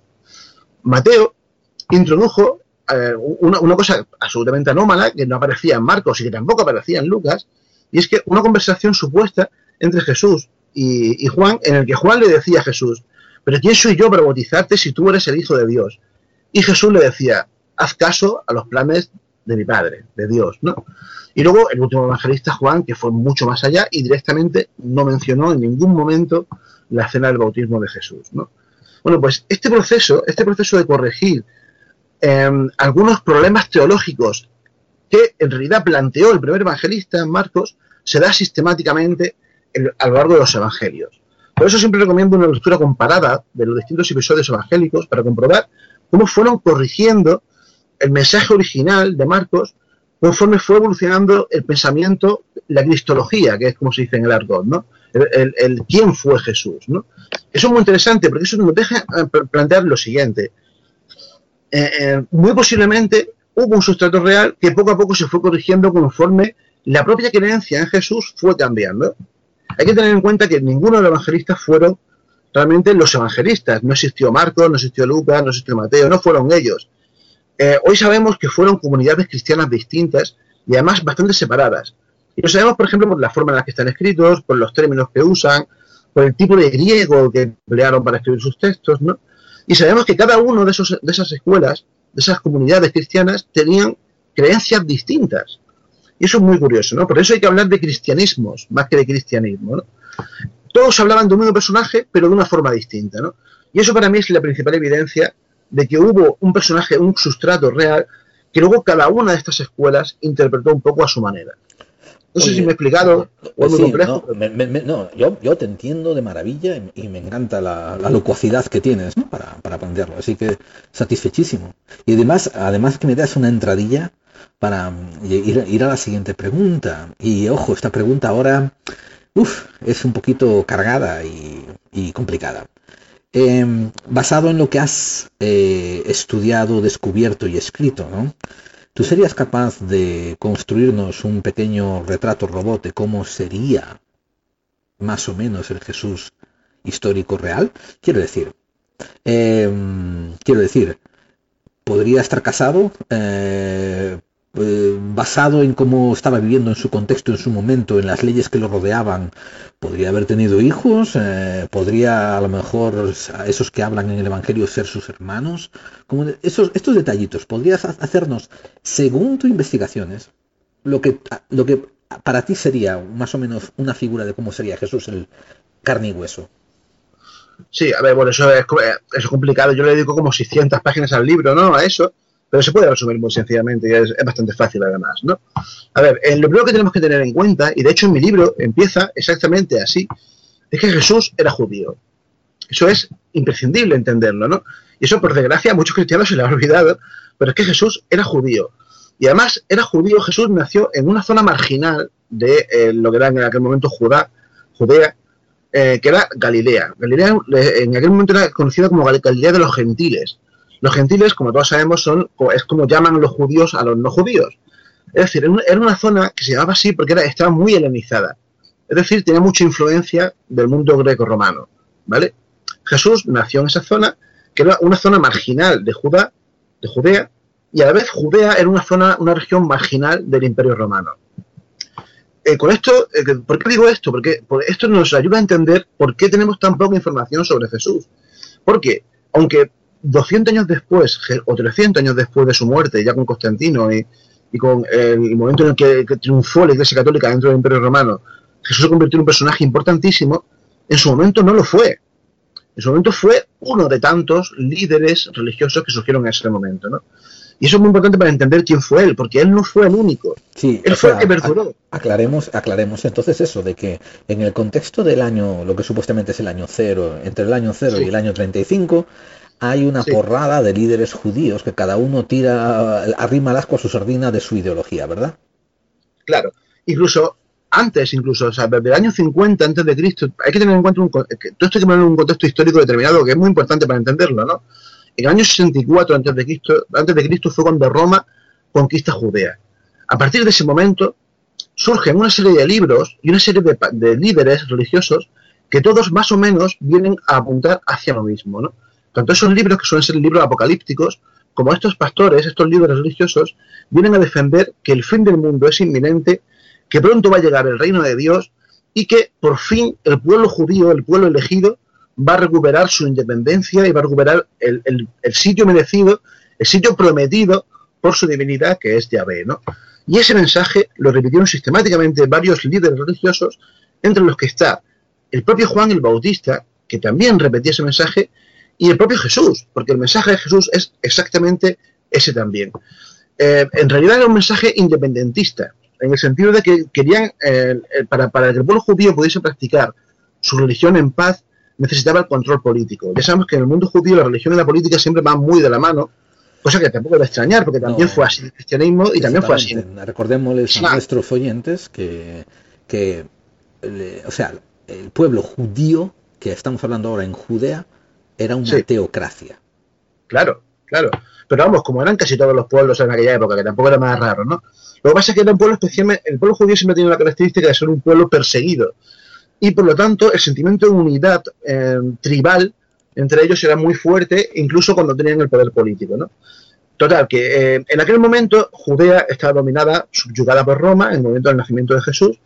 Mateo introdujo eh, una, una cosa absolutamente anómala que no aparecía en Marcos y que tampoco aparecía en Lucas, y es que una conversación supuesta entre Jesús y, y Juan, en el que Juan le decía a Jesús: ¿pero quién soy yo para bautizarte si tú eres el Hijo de Dios? Y Jesús le decía: haz caso a los planes de mi Padre, de Dios, ¿no? Y luego el último evangelista, Juan, que fue mucho más allá y directamente no mencionó en ningún momento la escena del bautismo de Jesús, ¿no? Bueno, pues este proceso, este proceso de corregir eh, algunos problemas teológicos que en realidad planteó el primer evangelista, Marcos, se da sistemáticamente en, a lo largo de los evangelios. Por eso siempre recomiendo una lectura comparada de los distintos episodios evangélicos para comprobar cómo fueron corrigiendo el mensaje original de Marcos conforme fue evolucionando el pensamiento, la cristología, que es como se dice en el argot, ¿no? El, el, el quién fue Jesús, ¿no? Eso es muy interesante porque eso nos deja plantear lo siguiente. Eh, eh, muy posiblemente hubo un sustrato real que poco a poco se fue corrigiendo conforme la propia creencia en Jesús fue cambiando. Hay que tener en cuenta que ninguno de los evangelistas fueron realmente los evangelistas. No existió Marcos, no existió Lucas, no existió Mateo, no fueron ellos. Eh, hoy sabemos que fueron comunidades cristianas distintas y además bastante separadas. Y lo sabemos, por ejemplo, por la forma en la que están escritos, por los términos que usan, por el tipo de griego que emplearon para escribir sus textos, ¿no? Y sabemos que cada uno de, esos, de esas escuelas, de esas comunidades cristianas, tenían creencias distintas. Y eso es muy curioso, ¿no? Por eso hay que hablar de cristianismos, más que de cristianismo, ¿no? Todos hablaban de un mismo personaje, pero de una forma distinta, ¿no? Y eso para mí es la principal evidencia de que hubo un personaje, un sustrato real, que luego cada una de estas escuelas interpretó un poco a su manera. No sé Oye, si me he explicado, o es muy sí, complejo. No, me, me, no yo, yo te entiendo de maravilla y, y me encanta la, la locuacidad que tienes, ¿no? para, para plantearlo. Así que satisfechísimo. Y además, además que me das una entradilla para ir, ir a la siguiente pregunta. Y ojo, esta pregunta ahora uf, es un poquito cargada y, y complicada. Eh, basado en lo que has eh, estudiado, descubierto y escrito, ¿no? ¿Tú serías capaz de construirnos un pequeño retrato robot de cómo sería más o menos el Jesús histórico real? Quiero decir, eh, quiero decir, ¿podría estar casado? Eh, eh, basado en cómo estaba viviendo en su contexto, en su momento, en las leyes que lo rodeaban, ¿podría haber tenido hijos? Eh, ¿Podría a lo mejor a esos que hablan en el Evangelio ser sus hermanos? Como de, esos, estos detallitos, ¿podrías hacernos, según tus investigaciones, lo que, lo que para ti sería más o menos una figura de cómo sería Jesús, el carne y hueso? Sí, a ver, bueno, eso es, eso es complicado. Yo le dedico como seiscientas páginas al libro, ¿no? A eso. Pero se puede resumir muy sencillamente y es, es bastante fácil además, ¿no? A ver, eh, lo primero que tenemos que tener en cuenta, y de hecho en mi libro empieza exactamente así, es que Jesús era judío. Eso es imprescindible entenderlo, ¿no? Y eso, por desgracia, a muchos cristianos se les ha olvidado, pero es que Jesús era judío. Y además era judío, Jesús nació en una zona marginal de eh, lo que era en aquel momento Judá, Judea, eh, que era Galilea. Galilea eh, en aquel momento era conocida como Galilea de los gentiles. Los gentiles, como todos sabemos, son es como llaman los judíos a los no judíos. Es decir, era una zona que se llamaba así porque era, estaba muy helenizada. Es decir, tenía mucha influencia del mundo greco-romano, ¿vale? Jesús nació en esa zona, que era una zona marginal de Judá, de Judea, y a la vez Judea era una zona, una región marginal del Imperio Romano. Eh, con esto, eh, ¿por qué digo esto? Porque, porque esto nos ayuda a entender por qué tenemos tan poca información sobre Jesús. Porque, aunque doscientos años después, o trescientos años después de su muerte, ya con Constantino y, y con el momento en el que, que triunfó la Iglesia Católica dentro del Imperio Romano, Jesús se convirtió en un personaje importantísimo, en su momento no lo fue. En su momento fue uno de tantos líderes religiosos que surgieron en ese momento, ¿no? Y eso es muy importante para entender quién fue él, porque él no fue el único. Sí, él fue sea, el que perduró. Aclaremos, aclaremos entonces eso, de que en el contexto del año, lo que supuestamente es el año cero, entre el año cero sí. y el año treinta y cinco, hay una sí. porrada de líderes judíos que cada uno tira, arrima el asco a su sardina de su ideología, ¿verdad? Claro, incluso antes, incluso, o sea, desde el año cincuenta antes de Cristo, hay que tener en cuenta un, que todo esto hay que poner en un contexto histórico determinado que es muy importante para entenderlo, ¿no? En el año sesenta y cuatro antes de Cristo, antes de Cristo fue cuando Roma conquista Judea. A partir de ese momento surgen una serie de libros y una serie de, de líderes religiosos que todos más o menos vienen a apuntar hacia lo mismo, ¿no? Tanto esos libros que suelen ser libros apocalípticos, como estos pastores, estos líderes religiosos, vienen a defender que el fin del mundo es inminente, que pronto va a llegar el reino de Dios y que por fin el pueblo judío, el pueblo elegido, va a recuperar su independencia y va a recuperar el, el, el sitio merecido, el sitio prometido por su divinidad, que es Yahvé, ¿no? Y ese mensaje lo repitieron sistemáticamente varios líderes religiosos, entre los que está el propio Juan el Bautista, que también repetía ese mensaje, y el propio Jesús, porque el mensaje de Jesús es exactamente ese también. Eh, en realidad era un mensaje independentista, en el sentido de que querían, eh, para, para que el pueblo judío pudiese practicar su religión en paz, necesitaba el control político. Ya sabemos que en el mundo judío la religión y la política siempre van muy de la mano, cosa que tampoco debe extrañar, porque también no, fue así el cristianismo y también fue así. Recordémosles a nuestros oyentes que, que o sea, el pueblo judío, que estamos hablando ahora en Judea, era una sí. teocracia. Claro, claro. Pero vamos, como eran casi todos los pueblos en aquella época, que tampoco era más raro, ¿no? Lo que pasa es que era un pueblo especialmente, el pueblo judío siempre tiene la característica de ser un pueblo perseguido. Y por lo tanto, el sentimiento de unidad eh, tribal entre ellos era muy fuerte, incluso cuando tenían el poder político, ¿no? Total, que eh, en aquel momento Judea estaba dominada, subyugada por Roma, en el momento del nacimiento de Jesús,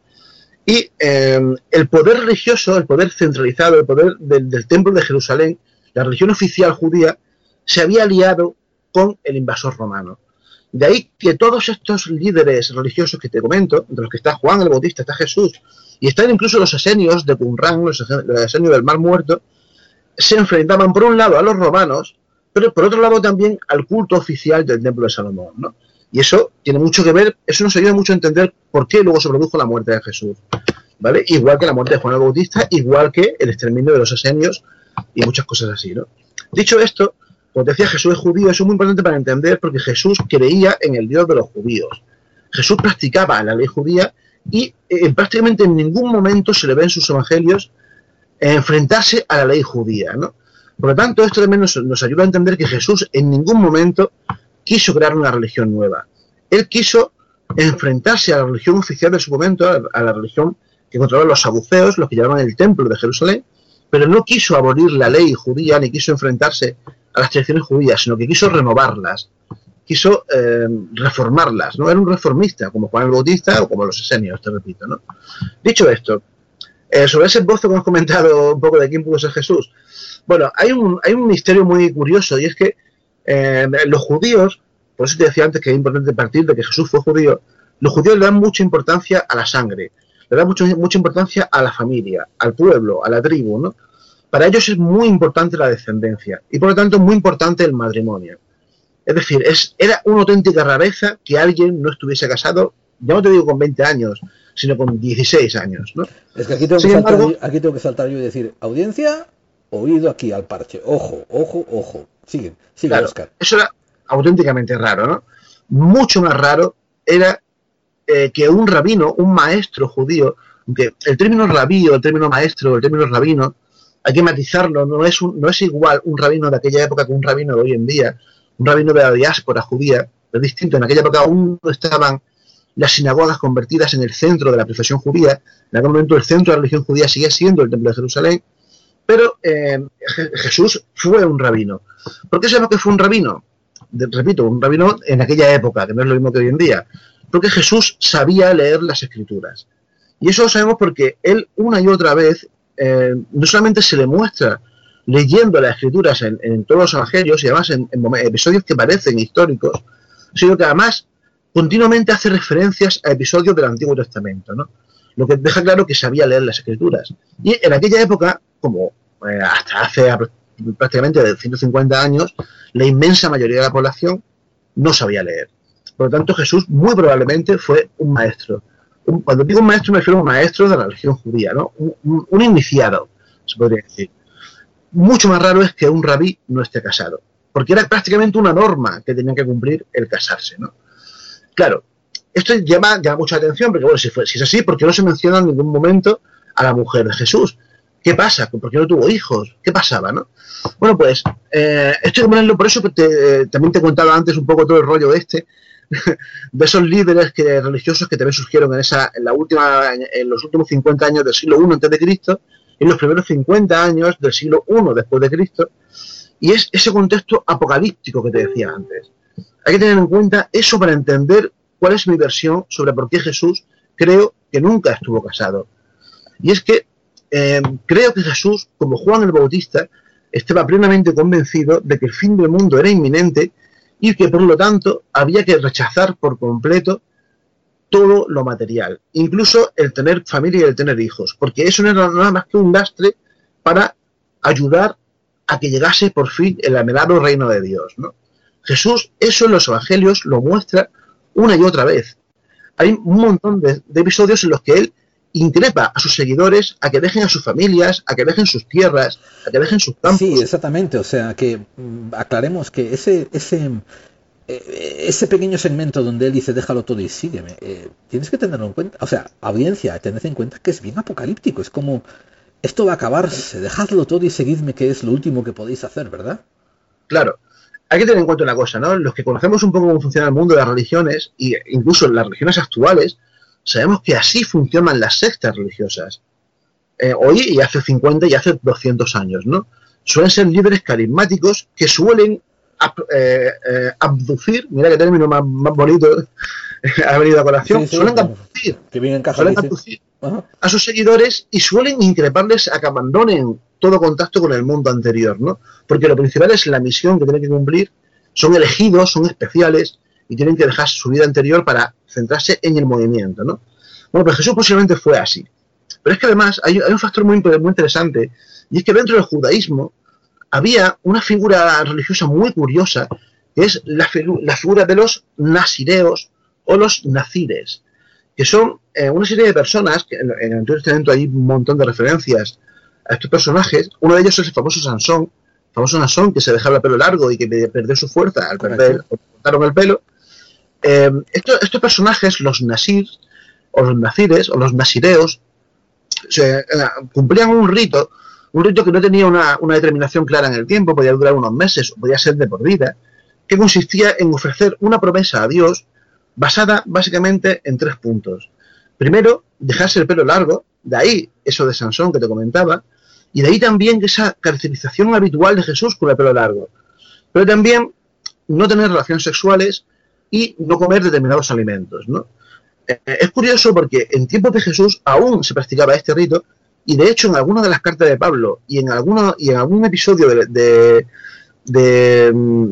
y eh, el poder religioso, el poder centralizado, el poder del, del templo de Jerusalén, la religión oficial judía, se había aliado con el invasor romano. De ahí que todos estos líderes religiosos que te comento, entre los que está Juan el Bautista, está Jesús, y están incluso los esenios de Qumran, los esenios del Mar Muerto, se enfrentaban por un lado a los romanos, pero por otro lado también al culto oficial del Templo de Salomón, ¿no? Y eso tiene mucho que ver, eso nos ayuda mucho a entender por qué luego se produjo la muerte de Jesús, ¿vale? Igual que la muerte de Juan el Bautista, igual que el exterminio de los esenios y muchas cosas así, ¿no? Dicho esto, como te decía, Jesús es judío, eso es muy importante para entender porque Jesús creía en el Dios de los judíos. Jesús practicaba la ley judía y eh, prácticamente en ningún momento se le ve en sus evangelios eh, enfrentarse a la ley judía, ¿no? Por lo tanto, esto también nos, nos ayuda a entender que Jesús en ningún momento quiso crear una religión nueva. Él quiso enfrentarse a la religión oficial de su momento, a, a la religión que controlaban los saduceos, los que llamaban el Templo de Jerusalén, pero no quiso abolir la ley judía ni quiso enfrentarse a las tradiciones judías, sino que quiso renovarlas, quiso eh, reformarlas, ¿no? Era un reformista, como Juan el Bautista o como los esenios, te repito, ¿no? Dicho esto, eh, sobre ese esbozo que hemos comentado un poco de quién pudo ser Jesús, bueno, hay un, hay un misterio muy curioso, y es que eh, los judíos, por eso te decía antes que es importante partir de que Jesús fue judío, los judíos le dan mucha importancia a la sangre, le dan mucho, mucha importancia a la familia, al pueblo, a la tribu, ¿no? Para ellos es muy importante la descendencia y por lo tanto muy importante el matrimonio. Es decir, es, era una auténtica rareza que alguien no estuviese casado, ya no te digo con veinte años, sino con dieciséis años, ¿no? Es que aquí tengo, que, embargo, saltar, aquí tengo que saltar yo y decir, audiencia, oído aquí al parche, ojo, ojo, ojo. Sigue, sigue, claro, Oscar. Eso era auténticamente raro, ¿no? Mucho más raro era eh, que un rabino, un maestro judío, aunque el término rabí o el término maestro o el término rabino, hay que matizarlo, no es, un, no es igual un rabino de aquella época que un rabino de hoy en día, un rabino de la diáspora judía, es distinto. En aquella época aún no estaban las sinagogas convertidas en el centro de la profesión judía, en aquel momento el centro de la religión judía sigue siendo el Templo de Jerusalén, pero eh, Jesús fue un rabino. ¿Por qué sabemos que fue un rabino? De, repito, un rabino en aquella época, que no es lo mismo que hoy en día, porque Jesús sabía leer las Escrituras. Y eso lo sabemos porque él una y otra vez Eh, no solamente se le muestra leyendo las escrituras en, en todos los evangelios y además en, en episodios que parecen históricos, sino que además continuamente hace referencias a episodios del Antiguo Testamento, ¿no? Lo que deja claro que sabía leer las escrituras. Y en aquella época, como eh, hasta hace prácticamente ciento cincuenta años, la inmensa mayoría de la población no sabía leer. Por lo tanto, Jesús muy probablemente fue un maestro. Cuando digo un maestro me refiero a un maestro de la religión judía, ¿no? Un, un, un iniciado, se podría decir. Mucho más raro es que un rabí no esté casado, porque era prácticamente una norma que tenían que cumplir el casarse, ¿no? Claro, esto llama, llama mucha atención, porque bueno, si, fue, si es así, ¿por qué no se menciona en ningún momento a la mujer de Jesús? ¿Qué pasa? ¿Por qué no tuvo hijos? ¿Qué pasaba, no? Bueno, pues, eh, esto hay que ponerlo, por eso te, eh, también te he contado antes un poco todo el rollo este, de esos líderes que, religiosos que también surgieron en esa en la última en los últimos cincuenta años del siglo primero antes de Cristo y en los primeros cincuenta años del siglo primero después de Cristo, y es ese contexto apocalíptico que te decía antes. Hay que tener en cuenta eso para entender cuál es mi versión sobre por qué Jesús creo que nunca estuvo casado. Y es que eh, creo que Jesús, como Juan el Bautista, estaba plenamente convencido de que el fin del mundo era inminente y que por lo tanto había que rechazar por completo todo lo material, incluso el tener familia y el tener hijos, porque eso no era nada más que un lastre para ayudar a que llegase por fin el anhelado reino de Dios, ¿no? Jesús, eso en los evangelios lo muestra una y otra vez. Hay un montón de, de episodios en los que él increpa a sus seguidores a que dejen a sus familias, a que dejen sus tierras, a que dejen sus campos. Sí, exactamente. O sea, que mm, aclaremos que ese ese eh, ese pequeño segmento donde él dice déjalo todo y sígueme, eh, tienes que tenerlo en cuenta. O sea, audiencia, tened en cuenta que es bien apocalíptico. Es como, esto va a acabarse, dejadlo todo y seguidme, que es lo último que podéis hacer, ¿verdad? Claro. Hay que tener en cuenta una cosa, ¿no? Los que conocemos un poco cómo funciona el mundo de las religiones, e incluso las religiones actuales, sabemos que así funcionan las sectas religiosas. Eh, hoy y hace cincuenta y hace doscientos años, ¿no? Suelen ser líderes carismáticos que suelen ab, eh, eh, abducir, mira qué término más, más bonito ha venido a colación, sí, sí, suelen abducir, que viene en caja, suelen abducir a sus seguidores y suelen increparles a que abandonen todo contacto con el mundo anterior, ¿no? Porque lo principal es la misión que tienen que cumplir, son elegidos, son especiales y tienen que dejar su vida anterior para centrarse en el movimiento, ¿no? Bueno, pues Jesús posiblemente fue así. Pero es que además hay, hay un factor muy, muy interesante, y es que dentro del judaísmo había una figura religiosa muy curiosa, que es la, figu la figura de los nasireos o los nazires, que son eh, una serie de personas, que en, en el Antiguo Testamento hay un montón de referencias a estos personajes. Uno de ellos es el famoso Sansón, el famoso Sansón que se dejaba el pelo largo y que perdió su fuerza al perder, o cortaron el pelo. Eh, estos, estos personajes, los nasir, o los nazires, o los nasireos, se, eh, cumplían un rito, un rito que no tenía una, una determinación clara en el tiempo, podía durar unos meses, o podía ser de por vida, que consistía en ofrecer una promesa a Dios basada básicamente en tres puntos. Primero, dejarse el pelo largo, de ahí eso de Sansón que te comentaba, y de ahí también esa caracterización habitual de Jesús con el pelo largo. Pero también no tener relaciones sexuales y no comer determinados alimentos, ¿no? Eh, es curioso porque en tiempos de Jesús aún se practicaba este rito, y de hecho en algunas de las cartas de Pablo y en alguno, y en algún episodio de, de, de,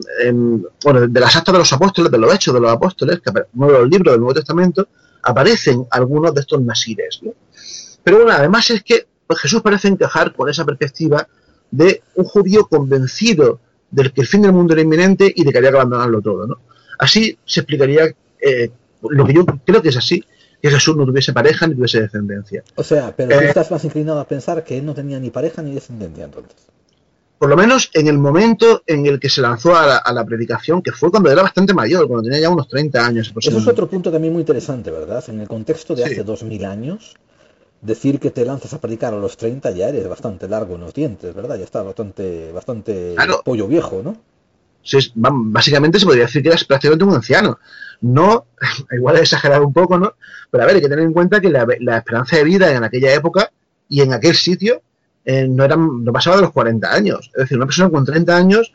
en, bueno, de las actas de los apóstoles, de los hechos de los apóstoles, que uno de los libros del Nuevo Testamento, aparecen algunos de estos nasires, ¿no? Pero bueno, además es que pues, Jesús parece encajar con esa perspectiva de un judío convencido de que el fin del mundo era inminente y de que había que abandonarlo todo, ¿no? Así se explicaría eh, lo que yo creo que es así, que Jesús no tuviese pareja ni tuviese descendencia. O sea, pero eh, tú estás más inclinado a pensar que él no tenía ni pareja ni descendencia, entonces. Por lo menos en el momento en el que se lanzó a la, a la predicación, que fue cuando era bastante mayor, cuando tenía ya unos treinta años. Eso es otro punto también muy interesante, ¿verdad? En el contexto de sí. hace dos mil años, decir que te lanzas a predicar a los treinta ya eres bastante largo en los dientes, ¿verdad? Ya está bastante, bastante claro. pollo viejo, ¿no? Sí, básicamente se podría decir que eras prácticamente un anciano. No, igual he exagerado un poco, ¿no? Pero a ver, hay que tener en cuenta que la, la esperanza de vida en aquella época y en aquel sitio eh, no, eran, no pasaba de los cuarenta años. Es decir, una persona con treinta años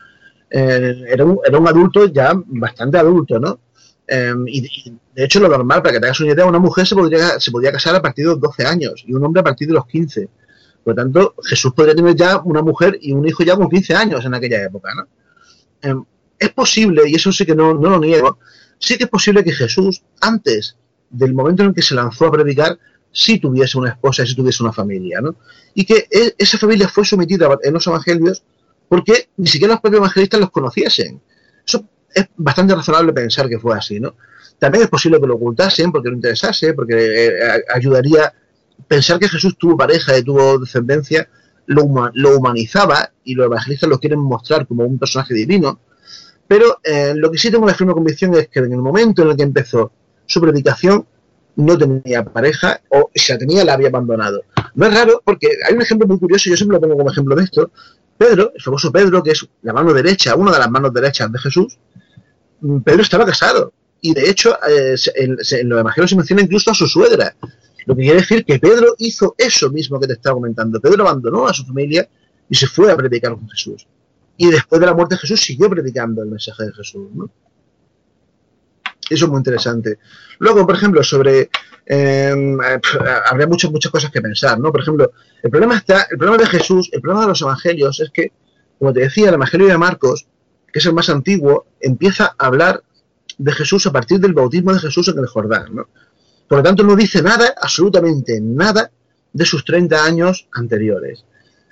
eh, era, un, era un adulto ya bastante adulto, ¿no? Eh, y, y de hecho lo normal, para que te hagas una idea, una mujer se podría, se podía casar a partir de los doce años y un hombre a partir de los quince. Por lo tanto, Jesús podría tener ya una mujer y un hijo ya con quince años en aquella época, ¿no? Eh, es posible, y eso sí que no, no lo niego, sí que es posible que Jesús, antes del momento en el que se lanzó a predicar, sí tuviese una esposa y sí tuviese una familia, ¿no? Y que él, esa familia fue sometida en los evangelios porque ni siquiera los propios evangelistas los conociesen. Eso es bastante razonable pensar que fue así, ¿no? También es posible que lo ocultasen porque no interesase, porque eh, ayudaría pensar que Jesús tuvo pareja y tuvo descendencia, lo, huma, lo humanizaba y los evangelistas lo quieren mostrar como un personaje divino. Pero eh, lo que sí tengo una firme convicción es que en el momento en el que empezó su predicación no tenía pareja, o si la tenía la había abandonado. No es raro porque hay un ejemplo muy curioso, yo siempre lo pongo como ejemplo de esto. Pedro, el famoso Pedro, que es la mano derecha, una de las manos derechas de Jesús, Pedro estaba casado. Y de hecho, eh, en, en los evangelios se menciona incluso a su suegra. Lo que quiere decir que Pedro hizo eso mismo que te estaba comentando. Pedro abandonó a su familia y se fue a predicar con Jesús. Y después de la muerte de Jesús siguió predicando el mensaje de Jesús, ¿no? Eso es muy interesante. Luego, por ejemplo, sobre... Eh, habría muchas, muchas cosas que pensar, ¿no? Por ejemplo, el problema está, el problema de Jesús, el problema de los evangelios es que, como te decía, el evangelio de Marcos, que es el más antiguo, empieza a hablar de Jesús a partir del bautismo de Jesús en el Jordán, ¿no? Por lo tanto, no dice nada, absolutamente nada, de sus treinta años anteriores.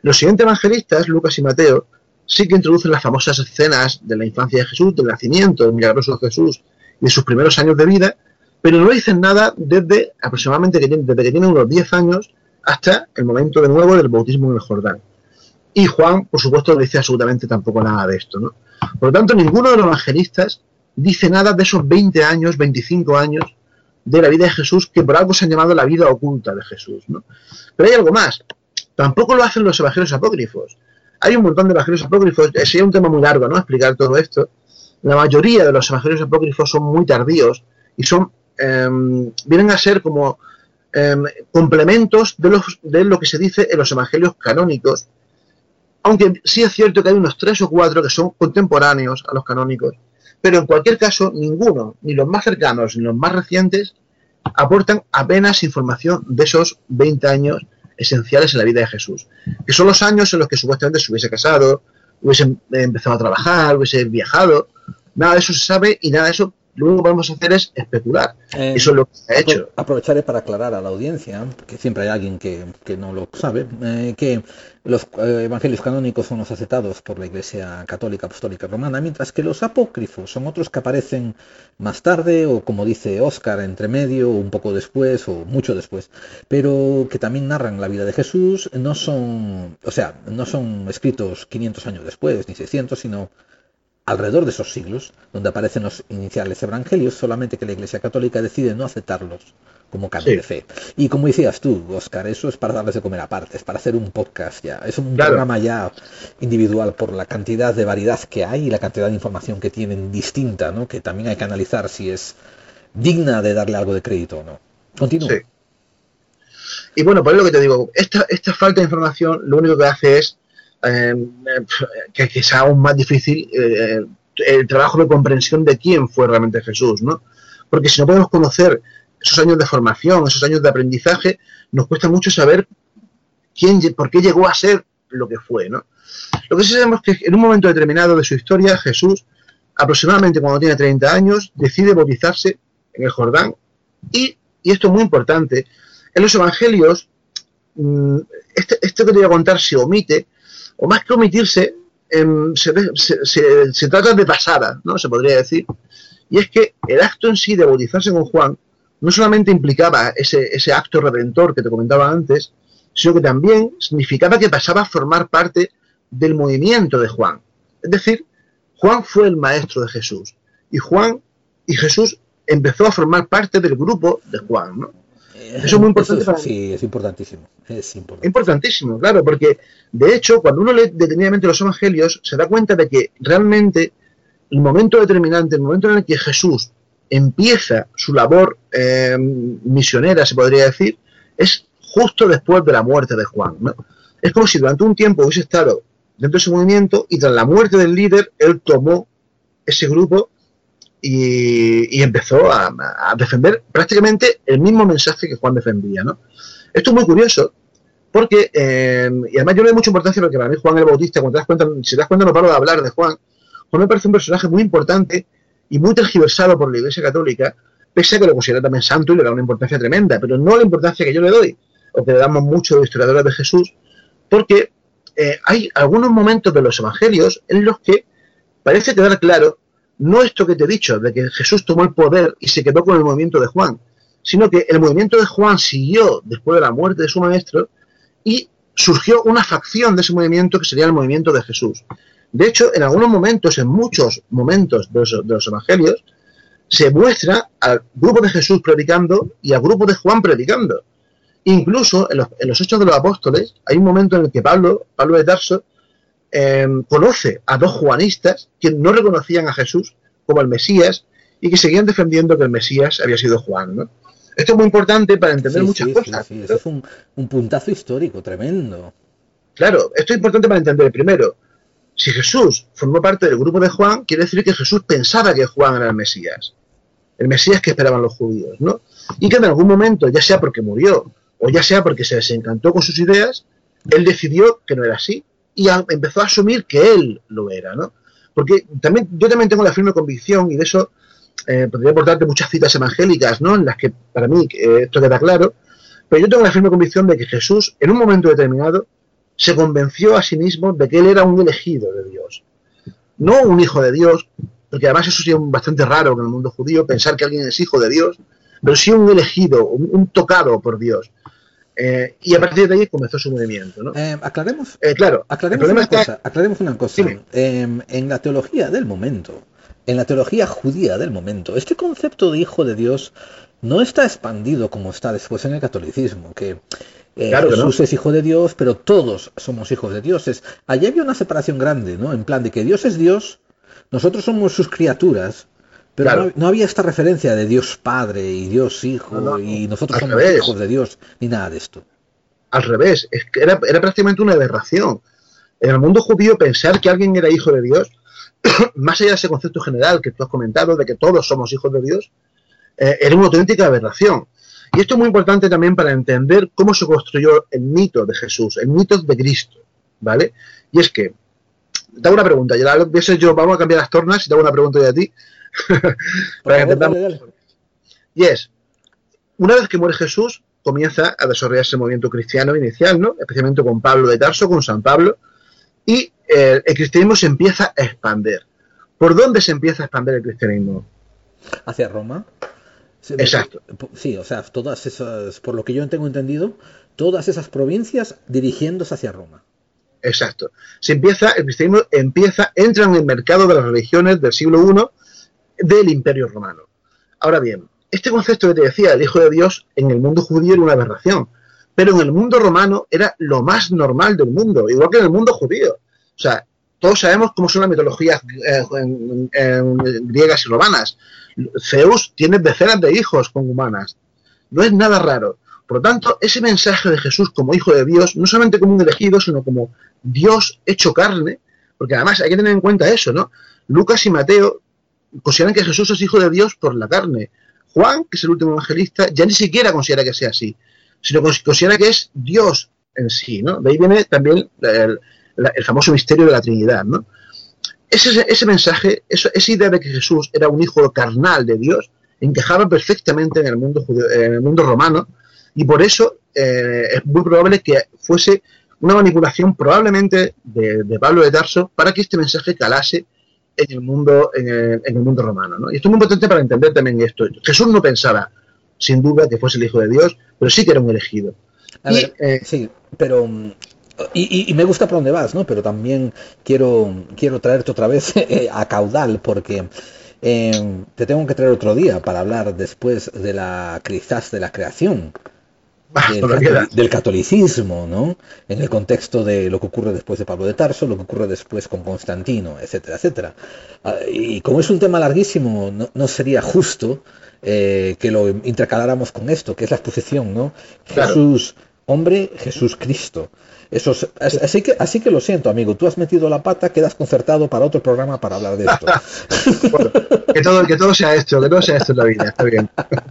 Los siguientes evangelistas, Lucas y Mateo, sí que introducen las famosas escenas de la infancia de Jesús, del nacimiento del milagroso Jesús y de sus primeros años de vida, pero no dicen nada desde aproximadamente que tiene, desde que tiene unos diez años hasta el momento de nuevo del bautismo en el Jordán. Y Juan, por supuesto, no dice absolutamente tampoco nada de esto, ¿no? Por lo tanto, ninguno de los evangelistas dice nada de esos veinte años, veinticinco años de la vida de Jesús, que por algo se han llamado la vida oculta de Jesús, ¿no? Pero hay algo más. Tampoco lo hacen los evangelios apócrifos. Hay un montón de evangelios apócrifos. Sería un tema muy largo, ¿no?, explicar todo esto. La mayoría de los evangelios apócrifos son muy tardíos y son eh, vienen a ser como eh, complementos de, los, de lo que se dice en los evangelios canónicos. Aunque sí es cierto que hay unos tres o cuatro que son contemporáneos a los canónicos, pero en cualquier caso, ninguno, ni los más cercanos ni los más recientes, aportan apenas información de esos veinte años esenciales en la vida de Jesús, que son los años en los que supuestamente se hubiese casado, hubiese empezado a trabajar, hubiese viajado. Nada de eso se sabe y nada de eso, lo único que podemos hacer es especular. Eh, eso es lo que se ha hecho. Aprovecharé para aclarar a la audiencia, que siempre hay alguien que, que no lo sabe, eh, que los eh, evangelios canónicos son los aceptados por la Iglesia Católica Apostólica Romana, mientras que los apócrifos son otros que aparecen más tarde, o como dice Óscar, entre medio, o un poco después, o mucho después, pero que también narran la vida de Jesús. No son, o sea, no son escritos quinientos años después, ni seiscientos, sino alrededor de esos siglos, donde aparecen los iniciales evangelios, solamente que la Iglesia Católica decide no aceptarlos como canon sí. de fe. Y como decías tú, Óscar, eso es para darles de comer aparte, es para hacer un podcast ya, es un claro. programa ya individual por la cantidad de variedad que hay y la cantidad de información que tienen distinta, ¿no?, que también hay que analizar si es digna de darle algo de crédito o no. Continúa. Sí. Y bueno, por lo que te digo, esta, esta falta de información lo único que hace es Eh, que, que sea aún más difícil eh, el trabajo de comprensión de quién fue realmente Jesús, ¿no? Porque si no podemos conocer esos años de formación, esos años de aprendizaje, nos cuesta mucho saber quién, por qué llegó a ser lo que fue, ¿no? Lo que sí sabemos es que en un momento determinado de su historia, Jesús, aproximadamente cuando tiene treinta años, decide bautizarse en el Jordán y, y esto es muy importante, en los evangelios, este, esto que te voy a contar se omite, o más que omitirse, eh, se, se, se, se trata de pasada, ¿no?, se podría decir. Y es que el acto en sí de bautizarse con Juan no solamente implicaba ese, ese acto redentor que te comentaba antes, sino que también significaba que pasaba a formar parte del movimiento de Juan. Es decir, Juan fue el maestro de Jesús. Y Juan y Jesús empezó a formar parte del grupo de Juan, ¿no? Eso es muy importante. Eso es, para sí, es importantísimo. Es importantísimo. importantísimo, claro, porque de hecho, cuando uno lee detenidamente los evangelios, se da cuenta de que realmente el momento determinante, el momento en el que Jesús empieza su labor eh, misionera, se podría decir, es justo después de la muerte de Juan, ¿no? Es como si durante un tiempo hubiese estado dentro de ese movimiento y tras la muerte del líder, él tomó ese grupo Y, y empezó a, a defender prácticamente el mismo mensaje que Juan defendía, ¿no? Esto es muy curioso, porque, eh, y además yo le doy mucha importancia porque para mí Juan el Bautista, cuando te das cuenta, si te das cuenta no paro de hablar de Juan, Juan me parece un personaje muy importante y muy tergiversado por la Iglesia Católica, pese a que lo considera también santo y le da una importancia tremenda, pero no la importancia que yo le doy, o que le damos mucho de historiadores de Jesús, porque eh, hay algunos momentos de los evangelios en los que parece quedar claro no esto que te he dicho, de que Jesús tomó el poder y se quedó con el movimiento de Juan, sino que el movimiento de Juan siguió después de la muerte de su maestro y surgió una facción de ese movimiento que sería el movimiento de Jesús. De hecho, en algunos momentos, en muchos momentos de los, de los evangelios, se muestra al grupo de Jesús predicando y al grupo de Juan predicando. Incluso en los, en los Hechos de los Apóstoles hay un momento en el que Pablo, Pablo de Tarso, Eh, conoce a dos juanistas que no reconocían a Jesús como el Mesías y que seguían defendiendo que el Mesías había sido Juan, ¿no? Esto es muy importante para entender sí, muchas sí, cosas. Sí, sí. Eso fue un, un puntazo histórico tremendo. Claro, esto es importante para entender. Primero, si Jesús formó parte del grupo de Juan, quiere decir que Jesús pensaba que Juan era el Mesías, el Mesías que esperaban los judíos, ¿no? Y que en algún momento, ya sea porque murió o ya sea porque se desencantó con sus ideas, él decidió que no era así y a, empezó a asumir que él lo era, ¿no? Porque también yo también tengo la firme convicción, y de eso eh, podría aportarte muchas citas evangélicas, ¿no?, en las que para mí eh, esto queda claro, pero yo tengo la firme convicción de que Jesús, en un momento determinado, se convenció a sí mismo de que él era un elegido de Dios. No un hijo de Dios, porque además eso sería bastante raro en el mundo judío, pensar que alguien es hijo de Dios, pero sí un elegido, un, un tocado por Dios. Eh, y a partir de ahí comenzó su movimiento, ¿no? Eh, aclaremos, eh, claro, aclaremos, una está... cosa, aclaremos una cosa. Eh, en la teología del momento, en la teología judía del momento, este concepto de hijo de Dios no está expandido como está después en el catolicismo, que eh, claro que Jesús no. es hijo de Dios, pero todos somos hijos de Dios. Es, allí había una separación grande, ¿no? En plan de que Dios es Dios, nosotros somos sus criaturas, pero claro. no, no había esta referencia de Dios Padre y Dios Hijo no, no, y nosotros somos revés. hijos de Dios, ni nada de esto. Al revés, es que era, era prácticamente una aberración. En el mundo judío pensar que alguien era hijo de Dios, más allá de ese concepto general que tú has comentado, de que todos somos hijos de Dios, eh, era una auténtica aberración. Y esto es muy importante también para entender cómo se construyó el mito de Jesús, el mito de Cristo, ¿vale? Y es que, te hago una pregunta, ya la veces yo, vamos a cambiar las tornas y te hago una pregunta yo a ti. para que entendamos. Dale, dale. Y es, una vez que muere Jesús, comienza a desarrollarse el movimiento cristiano inicial, ¿no? Especialmente con Pablo de Tarso, con San Pablo, y eh, el cristianismo se empieza a expandir. ¿Por dónde se empieza a expandir el cristianismo? Hacia Roma. Sí, exacto. Sí, o sea, todas esas, por lo que yo tengo entendido, todas esas provincias dirigiéndose hacia Roma. Exacto. Se empieza, el cristianismo empieza, entra en el mercado de las religiones del siglo primero del Imperio Romano. Ahora bien, este concepto que te decía, el Hijo de Dios, en el mundo judío era una aberración, pero en el mundo romano era lo más normal del mundo, igual que en el mundo judío. O sea, todos sabemos cómo son las mitologías eh, en, en, en griegas y romanas. Zeus tiene decenas de hijos con humanas. No es nada raro. Por lo tanto, ese mensaje de Jesús como hijo de Dios, no solamente como un elegido, sino como Dios hecho carne, porque además hay que tener en cuenta eso, ¿no? Lucas y Mateo consideran que Jesús es hijo de Dios por la carne. Juan, que es el último evangelista, ya ni siquiera considera que sea así, sino que considera que es Dios en sí, ¿no? De ahí viene también el, el famoso misterio de la Trinidad, ¿no? Ese, ese mensaje, eso, esa idea de que Jesús era un hijo carnal de Dios, encajaba perfectamente en el mundo judío, en el mundo romano, y por eso eh, es muy probable que fuese una manipulación probablemente de, de Pablo de Tarso para que este mensaje calase en el mundo, en el, en el mundo romano, ¿no? Y esto es muy importante para entender también esto. Jesús no pensaba, sin duda, que fuese el hijo de Dios, pero sí que era un elegido. A y, ver, eh, sí, pero... Y, y, y me gusta por dónde vas, ¿no? Pero también quiero, quiero traerte otra vez eh, a caudal, porque eh, te tengo que traer otro día para hablar después de la quizás de la creación del, catol del catolicismo, ¿no? En el contexto de lo que ocurre después de Pablo de Tarso, lo que ocurre después con Constantino, etcétera, etcétera. Y como es un tema larguísimo, no, no sería justo eh, que lo intercaláramos con esto, que es la exposición, ¿no? Claro. Jesús hombre, Jesús Cristo. Eso, así, que, así que lo siento, amigo, tú has metido la pata, quedas concertado para otro programa para hablar de esto. Bueno, que, todo, que todo sea esto, que todo sea esto en la vida, está bien.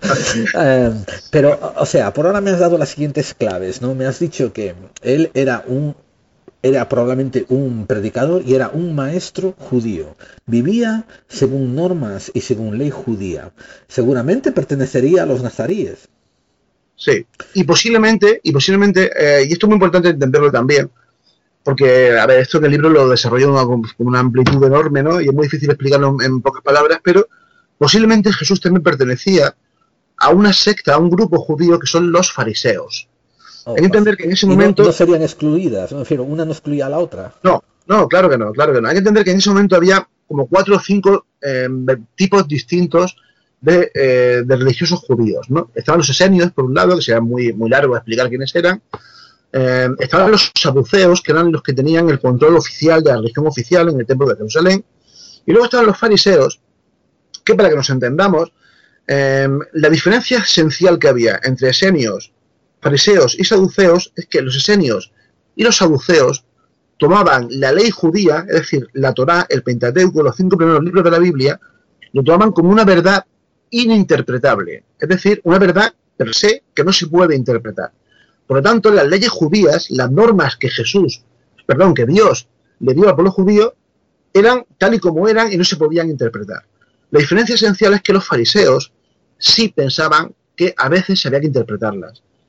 eh, pero, o sea, por ahora me has dado las siguientes claves, ¿no? Me has dicho que él era un era probablemente un predicador y era un maestro judío. Vivía según normas y según ley judía. Seguramente pertenecería a los nazaríes. Sí, y posiblemente, y posiblemente, eh, y esto es muy importante entenderlo también, porque, a ver, esto en el libro lo desarrolla con una, una amplitud enorme, ¿no? Y es muy difícil explicarlo en, en pocas palabras, pero posiblemente Jesús también pertenecía a una secta, a un grupo judío que son los fariseos. Oh, hay que entender que en ese momento... No, no serían excluidas, me refiero, una no excluía a la otra. No, no, claro que no, claro que no. Hay que entender que en ese momento había como cuatro o cinco eh, tipos distintos De, eh, de religiosos judíos, ¿no? Estaban los esenios, por un lado, que sería muy, muy largo explicar quiénes eran. Eh, estaban los saduceos, que eran los que tenían el control oficial de la religión oficial en el templo de Jerusalén. Y luego estaban los fariseos, que para que nos entendamos, eh, la diferencia esencial que había entre esenios, fariseos y saduceos es que los esenios y los saduceos tomaban la ley judía, es decir, la Torá, el Pentateuco, los cinco primeros libros de la Biblia, lo tomaban como una verdad ininterpretable, es decir, una verdad per se que no se puede interpretar. Por lo tanto, las leyes judías, las normas que Jesús, perdón, que Dios le dio al pueblo judío, eran tal y como eran y no se podían interpretar. La diferencia esencial es que los fariseos sí pensaban que a veces había que interpretarlas.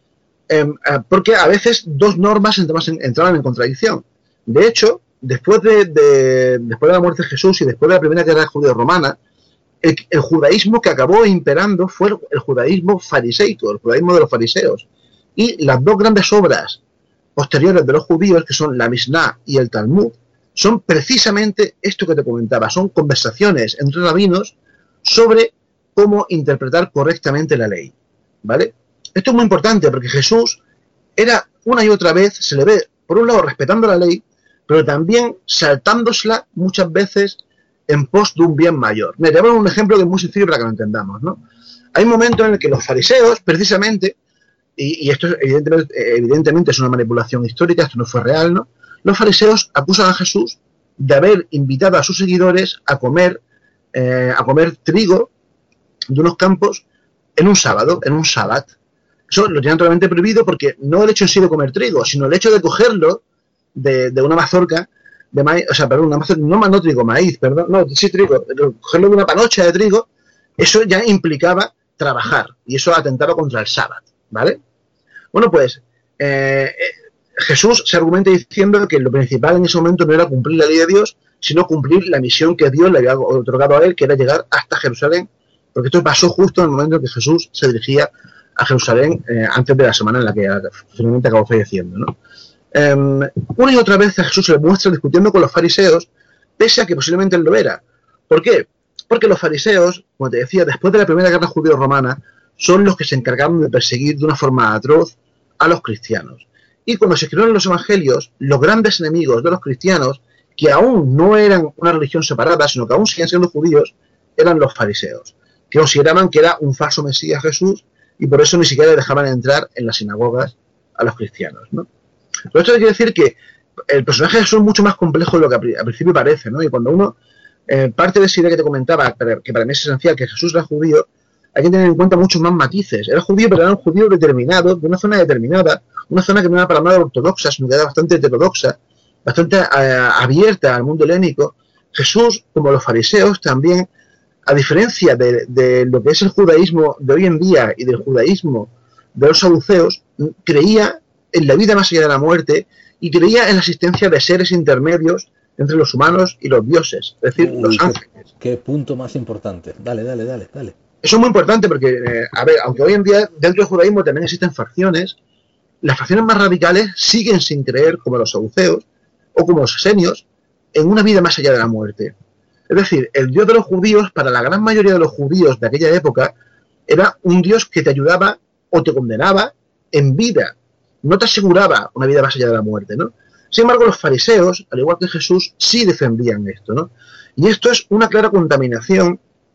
eh, porque a veces dos normas entraban en contradicción. De hecho, después de, de, después de la muerte de Jesús y después de la primera guerra judeo-romana, el, el judaísmo que acabó imperando fue el, el judaísmo fariseico, el judaísmo de los fariseos. Y las dos grandes obras posteriores de los judíos, que son la Misná y el Talmud, son precisamente esto que te comentaba, son conversaciones entre rabinos sobre cómo interpretar correctamente la ley, ¿vale? Esto es muy importante porque Jesús era una y otra vez, se le ve, por un lado, respetando la ley, pero también saltándosela muchas veces en pos de un bien mayor. Mira, te voy a dar un ejemplo que es muy sencillo para que lo entendamos, ¿no? Hay un momento en el que los fariseos, precisamente, y, y esto evidentemente, evidentemente es una manipulación histórica, esto no fue real, ¿no? Los fariseos acusan a Jesús de haber invitado a sus seguidores a comer, eh, a comer trigo de unos campos en un sábado, en un sábat. Eso lo tenían totalmente prohibido porque no el hecho en sí de comer trigo, sino el hecho de cogerlo de, de una mazorca de maíz, o sea, perdón, una mazorca, no, no trigo, maíz, perdón, no, sí trigo, cogerlo de una panocha de trigo, eso ya implicaba trabajar y eso atentaba contra el sábado, ¿vale? Bueno, pues eh, Jesús se argumenta diciendo que lo principal en ese momento no era cumplir la ley de Dios, sino cumplir la misión que Dios le había otorgado a él, que era llegar hasta Jerusalén, porque esto pasó justo en el momento en que Jesús se dirigía a Jerusalén eh, antes de la semana en la que finalmente acabó falleciendo, ¿no? Eh, una y otra vez a Jesús se le muestra discutiendo con los fariseos, pese a que posiblemente él lo era. ¿Por qué? Porque los fariseos, como te decía, después de la primera guerra judeo-romana, son los que se encargaron de perseguir de una forma atroz a los cristianos. Y cuando se escribieron los evangelios, los grandes enemigos de los cristianos, que aún no eran una religión separada, sino que aún siguen siendo judíos, eran los fariseos, que consideraban que era un falso Mesías Jesús y por eso ni siquiera dejaban entrar en las sinagogas a los cristianos, ¿no? Pero esto quiere decir que el personaje de Jesús es mucho más complejo de lo que al principio parece, ¿no? Y cuando uno eh, parte de esa idea que te comentaba, que para mí es esencial, que Jesús era judío, hay que tener en cuenta muchos más matices. Era judío, pero era un judío determinado, de una zona determinada, una zona que no era para nada ortodoxa, sino que era bastante heterodoxa, bastante eh, abierta al mundo helénico. Jesús, como los fariseos, también, a diferencia de, de lo que es el judaísmo de hoy en día y del judaísmo de los saduceos, creía en la vida más allá de la muerte y creía en la existencia de seres intermedios entre los humanos y los dioses, es decir, Uy, los ángeles. Qué, qué punto más importante. Dale, dale, dale, dale. Eso es muy importante porque, eh, a ver, aunque hoy en día dentro del judaísmo también existen facciones, las facciones más radicales siguen sin creer, como los saduceos o como los esenios, en una vida más allá de la muerte. Es decir, el Dios de los judíos, para la gran mayoría de los judíos de aquella época, era un Dios que te ayudaba o te condenaba en vida, no te aseguraba una vida más allá de la muerte, ¿no? Sin embargo, los fariseos, al igual que Jesús, sí defendían esto, ¿no? Y esto es una clara contaminación,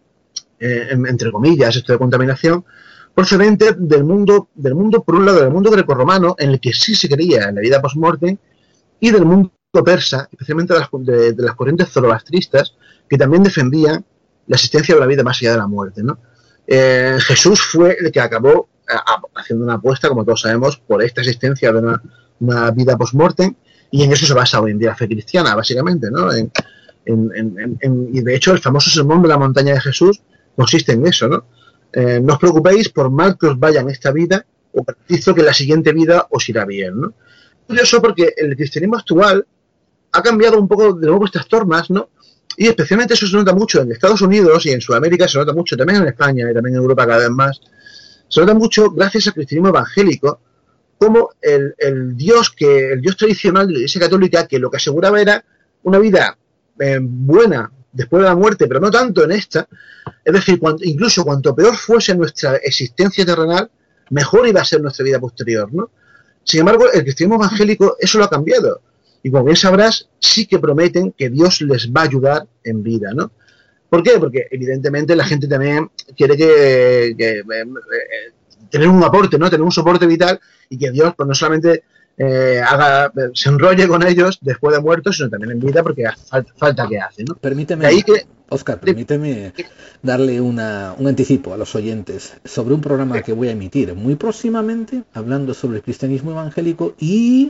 eh, entre comillas, esto de contaminación, procedente del mundo, del mundo, por un lado, del mundo grecorromano, en el que sí se creía en la vida post-mortem, y del mundo persa, especialmente de las, de, de las corrientes zoroastristas, que también defendían la existencia de la vida más allá de la muerte, ¿no? Eh, Jesús fue el que acabó a, haciendo una apuesta, como todos sabemos, por esta existencia de una, una vida post-mortem, y en eso se basa hoy en día la fe cristiana, básicamente, ¿no? En, en, en, en, y de hecho, el famoso sermón de la montaña de Jesús consiste en eso, ¿no? Eh, no os preocupéis por mal que os vaya en esta vida, o garantizo que en la siguiente vida os irá bien, ¿no? Curioso porque el cristianismo actual ha cambiado un poco de nuevo estas normas, ¿no? Y especialmente eso se nota mucho en Estados Unidos y en Sudamérica, se nota mucho también en España y también en Europa cada vez más. Se nota mucho gracias al cristianismo evangélico, como el, el Dios que el Dios tradicional de la Iglesia Católica, que lo que aseguraba era una vida eh, buena después de la muerte, pero no tanto en esta. Es decir, cuanto, incluso cuanto peor fuese nuestra existencia terrenal, mejor iba a ser nuestra vida posterior, ¿no? Sin embargo, el cristianismo evangélico eso lo ha cambiado. Y como bien sabrás, sí que prometen que Dios les va a ayudar en vida, ¿no? ¿Por qué? Porque evidentemente la gente también quiere que, que eh, eh, tener un aporte, ¿no? Tener un soporte vital y que Dios pues no solamente eh, haga, se enrolle con ellos después de muertos, sino también en vida, porque falta, falta que hace, ¿no? Permíteme, ahí que, Oscar, permíteme darle una, un anticipo a los oyentes sobre un programa que voy a emitir muy próximamente, hablando sobre el cristianismo evangélico y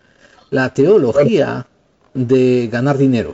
la teología de ganar dinero.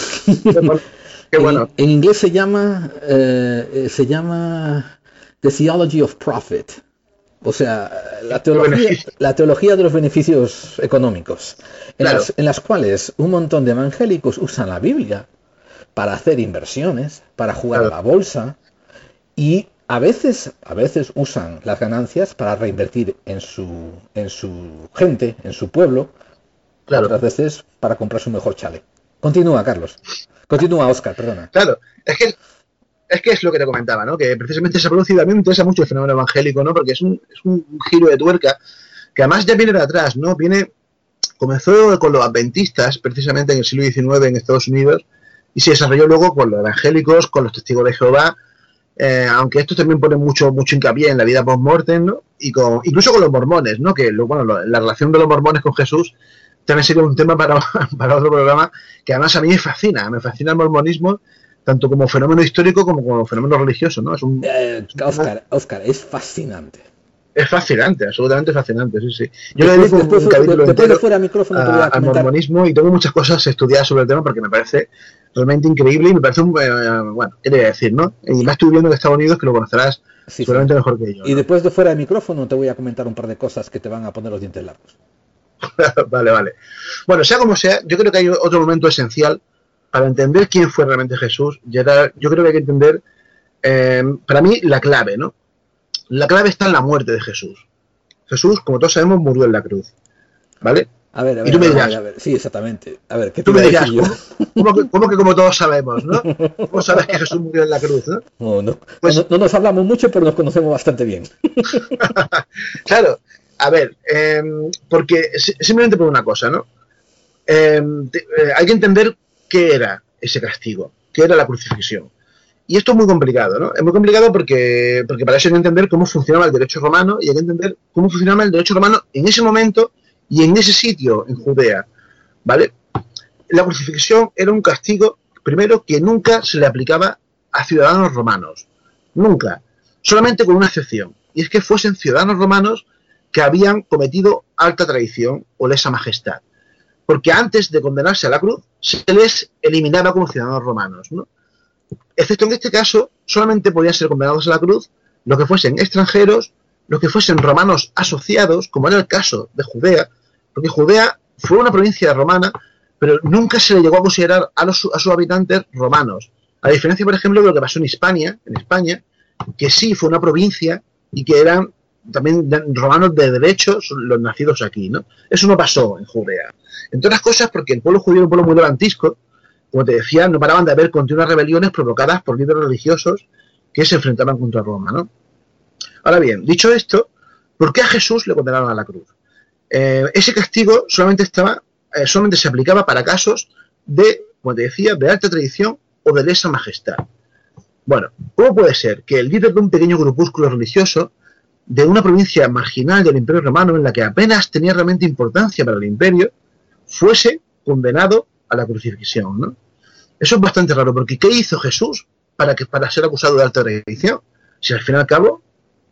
Qué bueno. en, en inglés se llama eh, se llama The Theology of Profit. O sea, la teología, la teología de los beneficios económicos, en, claro. las, en las cuales un montón de evangélicos usan la Biblia para hacer inversiones, para jugar claro. a la bolsa, y a veces, a veces usan las ganancias para reinvertir en su, en su gente, en su pueblo, claro. otras veces para comprar su mejor chale. Continúa, Carlos. Continúa, Óscar, perdona. Claro, es que Es que es lo que te comentaba, ¿no? Que precisamente se ha producido, a mí me interesa mucho el fenómeno evangélico, ¿no? Porque es un, es un giro de tuerca que además ya viene de atrás, ¿no? Viene, comenzó con los adventistas, precisamente en el siglo diecinueve en Estados Unidos, y se desarrolló luego con los evangélicos, con los testigos de Jehová, eh, aunque esto también pone mucho mucho hincapié en la vida post-mortem, ¿no? Y con, incluso con los mormones, ¿no? Que, lo, bueno, lo, la relación de los mormones con Jesús también sería un tema para, para otro programa, que además a mí me fascina, me fascina el mormonismo, tanto como fenómeno histórico como como fenómeno religioso, ¿no? Es un, eh, Óscar, Óscar, es fascinante. Es fascinante, absolutamente fascinante, sí, sí. Yo le dedico un, un capítulo de, entero fuera micrófono, te voy a al mormonismo y tengo muchas cosas estudiadas sobre el tema porque me parece realmente increíble y me parece un, eh, bueno, qué le voy a decir, ¿no? Y más estoy viviendo en Estados Unidos, que lo conocerás sí, seguramente sí. mejor que yo. Y ¿no? después de fuera de micrófono te voy a comentar un par de cosas que te van a poner los dientes largos. Vale, vale. Bueno, sea como sea, yo creo que hay otro momento esencial para entender quién fue realmente Jesús. Yo creo que hay que entender, eh, para mí, la clave, ¿no? La clave está en la muerte de Jesús. Jesús, como todos sabemos, murió en la cruz, ¿vale? A ver, a ver, y tú me dirás, a ver, a ver. Sí, exactamente. A ver, ¿qué tú me dirás, ¿cómo, ¿cómo, que, ¿cómo que como todos sabemos, no? ¿Cómo sabes que Jesús murió en la cruz, no? No, no, pues, no, no nos hablamos mucho, pero nos conocemos bastante bien. Claro, a ver, eh, porque simplemente por una cosa, ¿no? Eh, te, eh, hay que entender qué era ese castigo, qué era la crucifixión. Y esto es muy complicado, ¿no? Es muy complicado porque, porque para eso hay que entender cómo funcionaba el derecho romano y hay que entender cómo funcionaba el derecho romano en ese momento y en ese sitio, en Judea, ¿vale? La crucifixión era un castigo, primero, que nunca se le aplicaba a ciudadanos romanos. Nunca. Solamente con una excepción. Y es que fuesen ciudadanos romanos que habían cometido alta traición o lesa majestad. Porque antes de condenarse a la cruz, se les eliminaba como ciudadanos romanos, ¿no? Excepto en este caso, solamente podían ser condenados a la cruz los que fuesen extranjeros, los que fuesen romanos asociados, como era el caso de Judea, porque Judea fue una provincia romana, pero nunca se le llegó a considerar a, los, a sus habitantes romanos. A diferencia, por ejemplo, de lo que pasó en España, en España, que sí fue una provincia y que eran también romanos de derecho los nacidos aquí, ¿no? Eso no pasó en Judea. Entre otras cosas porque el pueblo judío era un pueblo muy levantisco, como te decía, no paraban de haber continuas rebeliones provocadas por líderes religiosos que se enfrentaban contra Roma, ¿no? Ahora bien, dicho esto, ¿por qué a Jesús le condenaron a la cruz? Eh, ese castigo solamente estaba, eh, solamente se aplicaba para casos de, como te decía, de alta tradición o de lesa majestad. Bueno, ¿cómo puede ser que el líder de un pequeño grupúsculo religioso de una provincia marginal del Imperio Romano, en la que apenas tenía realmente importancia para el imperio, fuese condenado a la crucifixión, ¿no? Eso es bastante raro, porque ¿qué hizo Jesús para que para ser acusado de alta traición? Si al fin y al cabo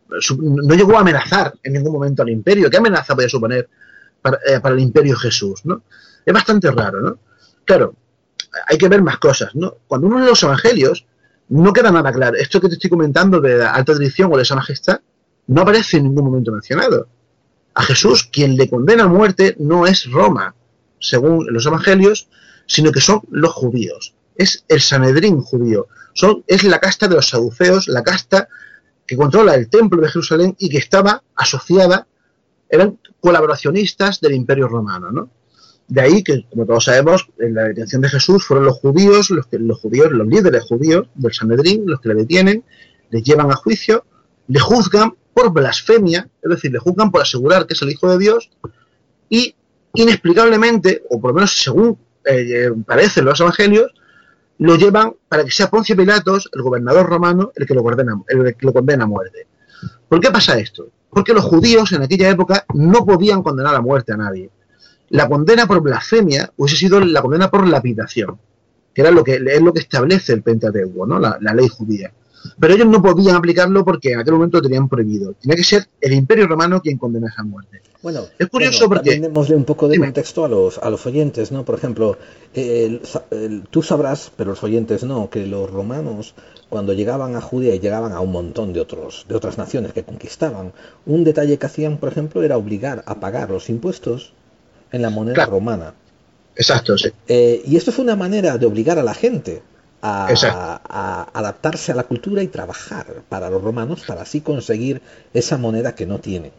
no llegó a amenazar en ningún momento al imperio. ¿Qué amenaza podía suponer para, eh, para el imperio Jesús, ¿no? Es bastante raro, ¿no? Claro, hay que ver más cosas, ¿no? Cuando uno lee los evangelios, no queda nada claro. Esto que te estoy comentando de la alta traición o de esa majestad no aparece en ningún momento mencionado. A Jesús, quien le condena a muerte no es Roma, según los evangelios, sino que son los judíos. Es el Sanedrín judío. Son, es la casta de los saduceos, la casta que controla el templo de Jerusalén y que estaba asociada, eran colaboracionistas del Imperio Romano, ¿no? De ahí que, como todos sabemos, en la detención de Jesús fueron los judíos, los, que, los judíos, los líderes judíos del Sanedrín, los que le detienen, les llevan a juicio, le juzgan por blasfemia, es decir, le juzgan por asegurar que es el Hijo de Dios y inexplicablemente, o por lo menos según eh, parecen los evangelios, lo llevan para que sea Poncio Pilatos, el gobernador romano, el que lo condena, el que lo condena a muerte. ¿Por qué pasa esto? Porque los judíos en aquella época no podían condenar a muerte a nadie. La condena por blasfemia hubiese sido la condena por lapidación, que era lo que es lo que establece el Pentateuco, ¿no? La, la ley judía. Pero ellos no podían aplicarlo porque en aquel momento lo tenían prohibido. Tenía que ser el Imperio Romano quien condenase a muerte. Bueno, es curioso bueno, porque... también démosle un poco de Dime. contexto a los, a los oyentes, ¿no? Por ejemplo, el, el, tú sabrás, pero los oyentes no, que los romanos, cuando llegaban a Judea y llegaban a un montón de, otros, de otras naciones que conquistaban, un detalle que hacían, por ejemplo, era obligar a pagar los impuestos en la moneda claro. romana. Exacto, sí. Eh, y esto fue una manera de obligar a la gente a, a, a adaptarse a la cultura y trabajar para los romanos para así conseguir esa moneda que no tienen.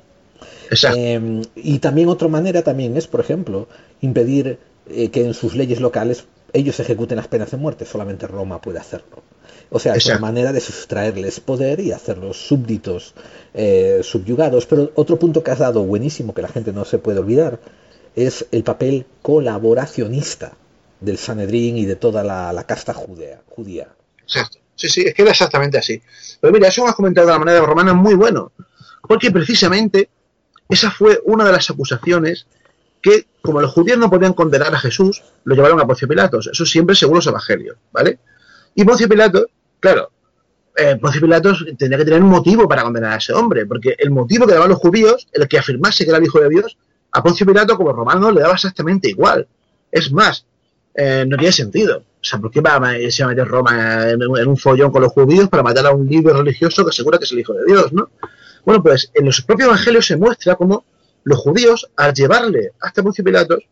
Eh, y también otra manera también es, por ejemplo, impedir eh, que en sus leyes locales ellos ejecuten las penas de muerte. Solamente Roma puede hacerlo. O sea, es una manera de sustraerles poder y hacerlos súbditos, eh, subyugados. Pero otro punto que has dado buenísimo, que la gente no se puede olvidar, es el papel colaboracionista del Sanedrín y de toda la, la casta judea, judía. Exacto. Sí, sí, es que era exactamente así. Pero mira, eso que has comentado de la manera romana es muy bueno, porque precisamente esa fue una de las acusaciones que, como los judíos no podían condenar a Jesús, lo llevaron a Poncio Pilatos. Eso siempre según los evangelios, ¿vale? Y Poncio Pilatos, claro, eh, Poncio Pilatos tendría que tener un motivo para condenar a ese hombre, porque el motivo que daban los judíos, el que afirmase que era el Hijo de Dios, a Poncio Pilato como romano le daba exactamente igual. Es más, eh, no tiene sentido. O sea, ¿por qué va a irse a meter Roma en, en un follón con los judíos para matar a un líder religioso que asegura que es el Hijo de Dios, ¿no? Bueno, pues en los propios evangelios se muestra cómo los judíos, al llevarle hasta Poncio Pilatos,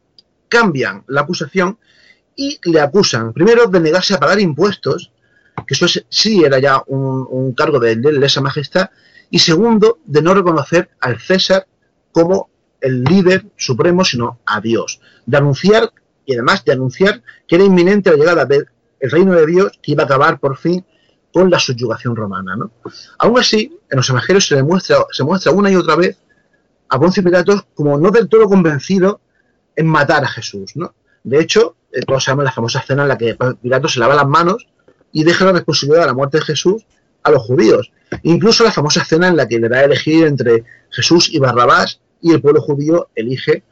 cambian la acusación y le acusan, primero, de negarse a pagar impuestos, que eso es, sí era ya un, un cargo de, de lesa majestad, y segundo, de no reconocer al César como el líder supremo, sino a Dios. De anunciar, y además de anunciar que era inminente la llegada del reino de Dios, que iba a acabar por fin con la subyugación romana, ¿no? Aún así, en los evangelios se demuestra, se muestra una y otra vez a Poncio Pilatos como no del todo convencido en matar a Jesús, ¿no? De hecho, eh, todos sabemos la famosa escena en la que Pilatos se lava las manos y deja la responsabilidad de la muerte de Jesús a los judíos. Incluso la famosa escena en la que le da a elegir entre Jesús y Barrabás y el pueblo judío elige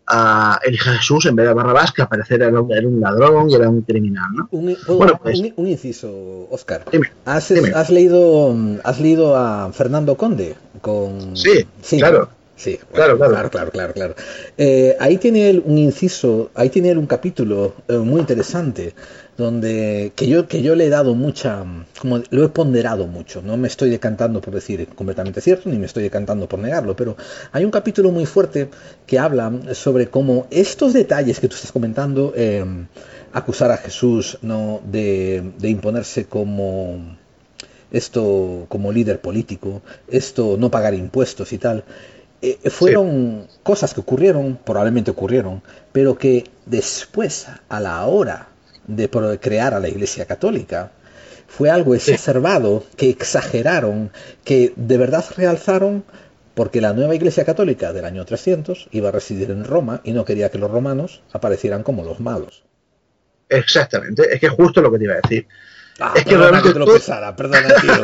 a, elige a Jesús en vez de Barrabás, que al parecer era un, era un ladrón y era un criminal, ¿no? Un, bueno, pues, un, un inciso, Óscar. Dime, ¿Has, dime. ¿Has, leído, ¿Has leído a Fernando Conde? Con... Sí, sí, claro. Sí, bueno, claro, claro, claro, claro, claro, claro. Eh, ahí tiene él un inciso, ahí tiene él un capítulo eh, muy interesante, donde que yo que yo le he dado mucha, como lo he ponderado mucho, no me estoy decantando por decir completamente cierto, ni me estoy decantando por negarlo, pero hay un capítulo muy fuerte que habla sobre cómo estos detalles que tú estás comentando, eh, acusar a Jesús, no, de, de imponerse como esto, como líder político, esto, no pagar impuestos y tal. Eh, fueron sí. cosas que ocurrieron, probablemente ocurrieron, pero que después, a la hora de crear a la Iglesia Católica, fue algo exacerbado, sí. que exageraron, que de verdad realzaron, porque la nueva Iglesia Católica del año trescientos iba a residir en Roma y no quería que los romanos aparecieran como los malos. Exactamente, es que es justo lo que te iba a decir. Ah, es que realmente que te lo tú... pesara, perdona, tío.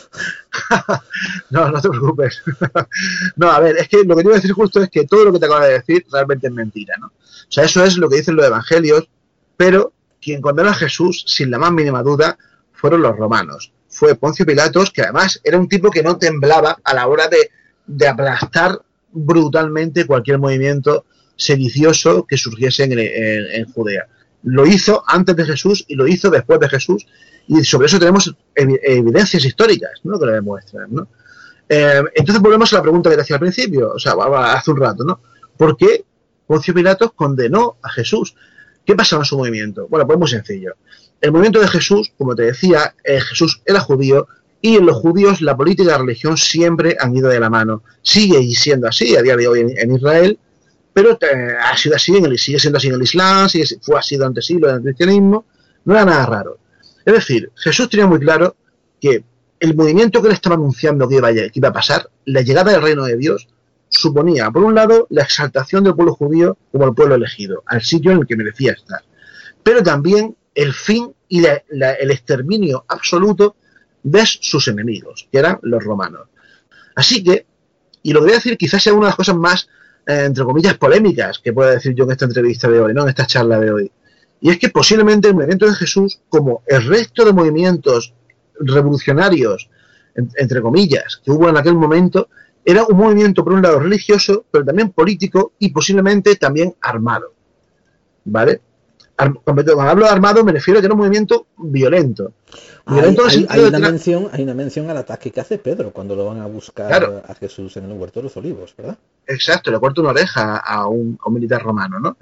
No, no te preocupes. No, a ver, es que lo que te iba a decir justo es que todo lo que te acabo de decir realmente es mentira, ¿no? O sea, eso es lo que dicen los evangelios, pero quien condenó a Jesús, sin la más mínima duda, fueron los romanos. Fue Poncio Pilatos, que además era un tipo que no temblaba a la hora de, de aplastar brutalmente cualquier movimiento sedicioso que surgiese en, en, en Judea. Lo hizo antes de Jesús y lo hizo después de Jesús, y sobre eso tenemos ev evidencias históricas, ¿no?, que lo demuestran, ¿no? Eh, entonces volvemos a la pregunta que te hacía al principio, o sea, hace un rato, ¿no? ¿Por qué Poncio Pilatos condenó a Jesús? ¿Qué pasaba en su movimiento? Bueno, pues muy sencillo. El movimiento de Jesús, como te decía, eh, Jesús era judío, y en los judíos la política y la religión siempre han ido de la mano. Sigue siendo así a día de hoy en, en Israel, pero eh, ha sido así, en el, sigue siendo así en el Islam, sigue, fue así durante siglos en el cristianismo, no era nada raro. Es decir, Jesús tenía muy claro que el movimiento que le estaba anunciando que iba, que iba a pasar, la llegada del reino de Dios, suponía, por un lado, la exaltación del pueblo judío como el pueblo elegido, al sitio en el que merecía estar, pero también el fin y la, la, el exterminio absoluto de sus enemigos, que eran los romanos. Así que, y lo que voy a decir quizás sea una de las cosas más, eh, entre comillas, polémicas que pueda decir yo en esta entrevista de hoy, ¿no?, en esta charla de hoy, y es que posiblemente el movimiento de Jesús, como el resto de movimientos revolucionarios, en, entre comillas, que hubo en aquel momento, era un movimiento, por un lado, religioso, pero también político y posiblemente también armado. ¿Vale? Ar cuando hablo de armado me refiero a que era un movimiento violento. violento hay, hay, hay, una de... mención, hay una mención al ataque que hace Pedro cuando lo van a buscar claro. a Jesús en el huerto de los olivos, ¿verdad? Exacto, le corta una oreja a un, a un militar romano, ¿no?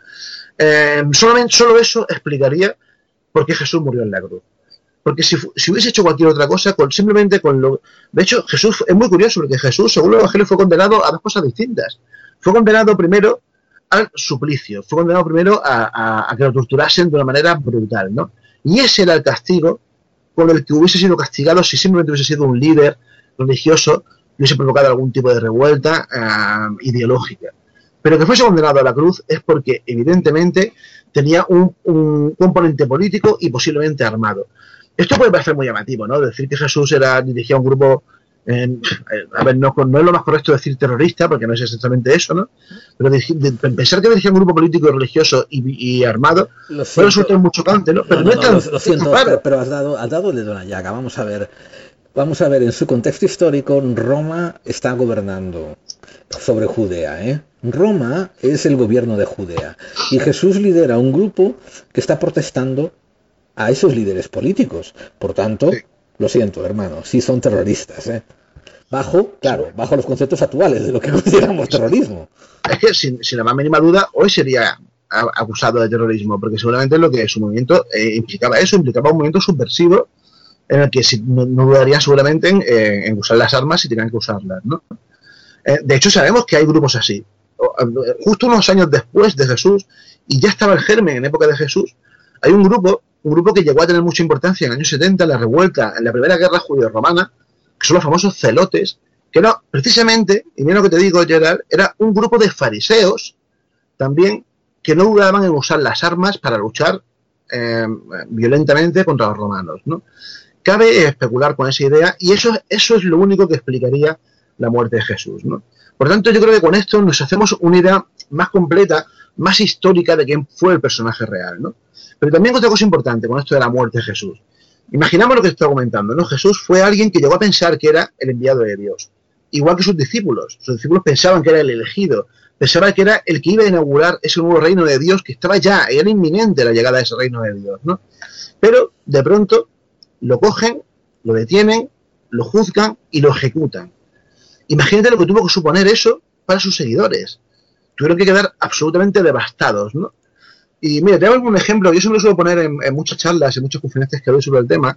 Eh, solamente, solo eso explicaría por qué Jesús murió en la cruz. Porque si, si hubiese hecho cualquier otra cosa, con, simplemente con lo... De hecho, Jesús es muy curioso porque Jesús, según el Evangelio, fue condenado a dos cosas distintas. Fue condenado primero al suplicio, fue condenado primero a, a, a que lo torturasen de una manera brutal, ¿no? Y ese era el castigo con el que hubiese sido castigado si simplemente hubiese sido un líder religioso, hubiese provocado algún tipo de revuelta uh, ideológica. Pero que fuese condenado a la cruz es porque, evidentemente, tenía un, un componente político y posiblemente armado. Esto puede parecer muy llamativo, ¿no? Decir que Jesús era dirigía a un grupo... Eh, a ver, no, no es lo más correcto decir terrorista, porque no es exactamente eso, ¿no? Pero de, de, pensar que dirigía un grupo político y religioso y, y armado puede resultar muy chocante, ¿no? Pero no, no, no, no es tan, lo, lo siento, pero, pero has dado, has dado el dedo en la llaga. Vamos a ver, vamos a ver, en su contexto histórico, Roma está gobernando sobre Judea, ¿eh? Roma es el gobierno de Judea y Jesús lidera un grupo que está protestando a esos líderes políticos. Por tanto, sí. Lo siento, hermano, sí son terroristas, ¿eh? Bajo, claro, bajo los conceptos actuales de lo que consideramos terrorismo. Es que, sin, sin la más mínima duda, hoy sería acusado de terrorismo, porque seguramente lo que su movimiento eh, implicaba eso, implicaba un movimiento subversivo en el que si, no, no dudaría seguramente en, eh, en usar las armas si tenían que usarlas, ¿no? Eh, de hecho, sabemos que hay grupos así. Justo unos años después de Jesús, y ya estaba el germen en época de Jesús, hay un grupo un grupo que llegó a tener mucha importancia en los años setenta, en la revuelta, en la primera guerra judeo-romana, que son los famosos celotes, que era precisamente, y mira lo que te digo, Gerard, era un grupo de fariseos también que no dudaban en usar las armas para luchar eh, violentamente contra los romanos, ¿no? Cabe especular con esa idea y eso, eso es lo único que explicaría la muerte de Jesús, ¿no? Por tanto, yo creo que con esto nos hacemos una idea más completa, más histórica de quién fue el personaje real, ¿no? Pero también otra cosa importante con esto de la muerte de Jesús. Imaginamos lo que estoy comentando, ¿no? Jesús fue alguien que llegó a pensar que era el enviado de Dios. Igual que sus discípulos. Sus discípulos pensaban que era el elegido. Pensaban que era el que iba a inaugurar ese nuevo reino de Dios que estaba ya, era inminente la llegada de ese reino de Dios, ¿no? Pero, de pronto, lo cogen, lo detienen, lo juzgan y lo ejecutan. Imagínate lo que tuvo que suponer eso para sus seguidores. Tuvieron que quedar absolutamente devastados, ¿no? Y mira, te hago un ejemplo, yo siempre lo suelo poner en, en muchas charlas, en muchas conferencias que doy sobre el tema,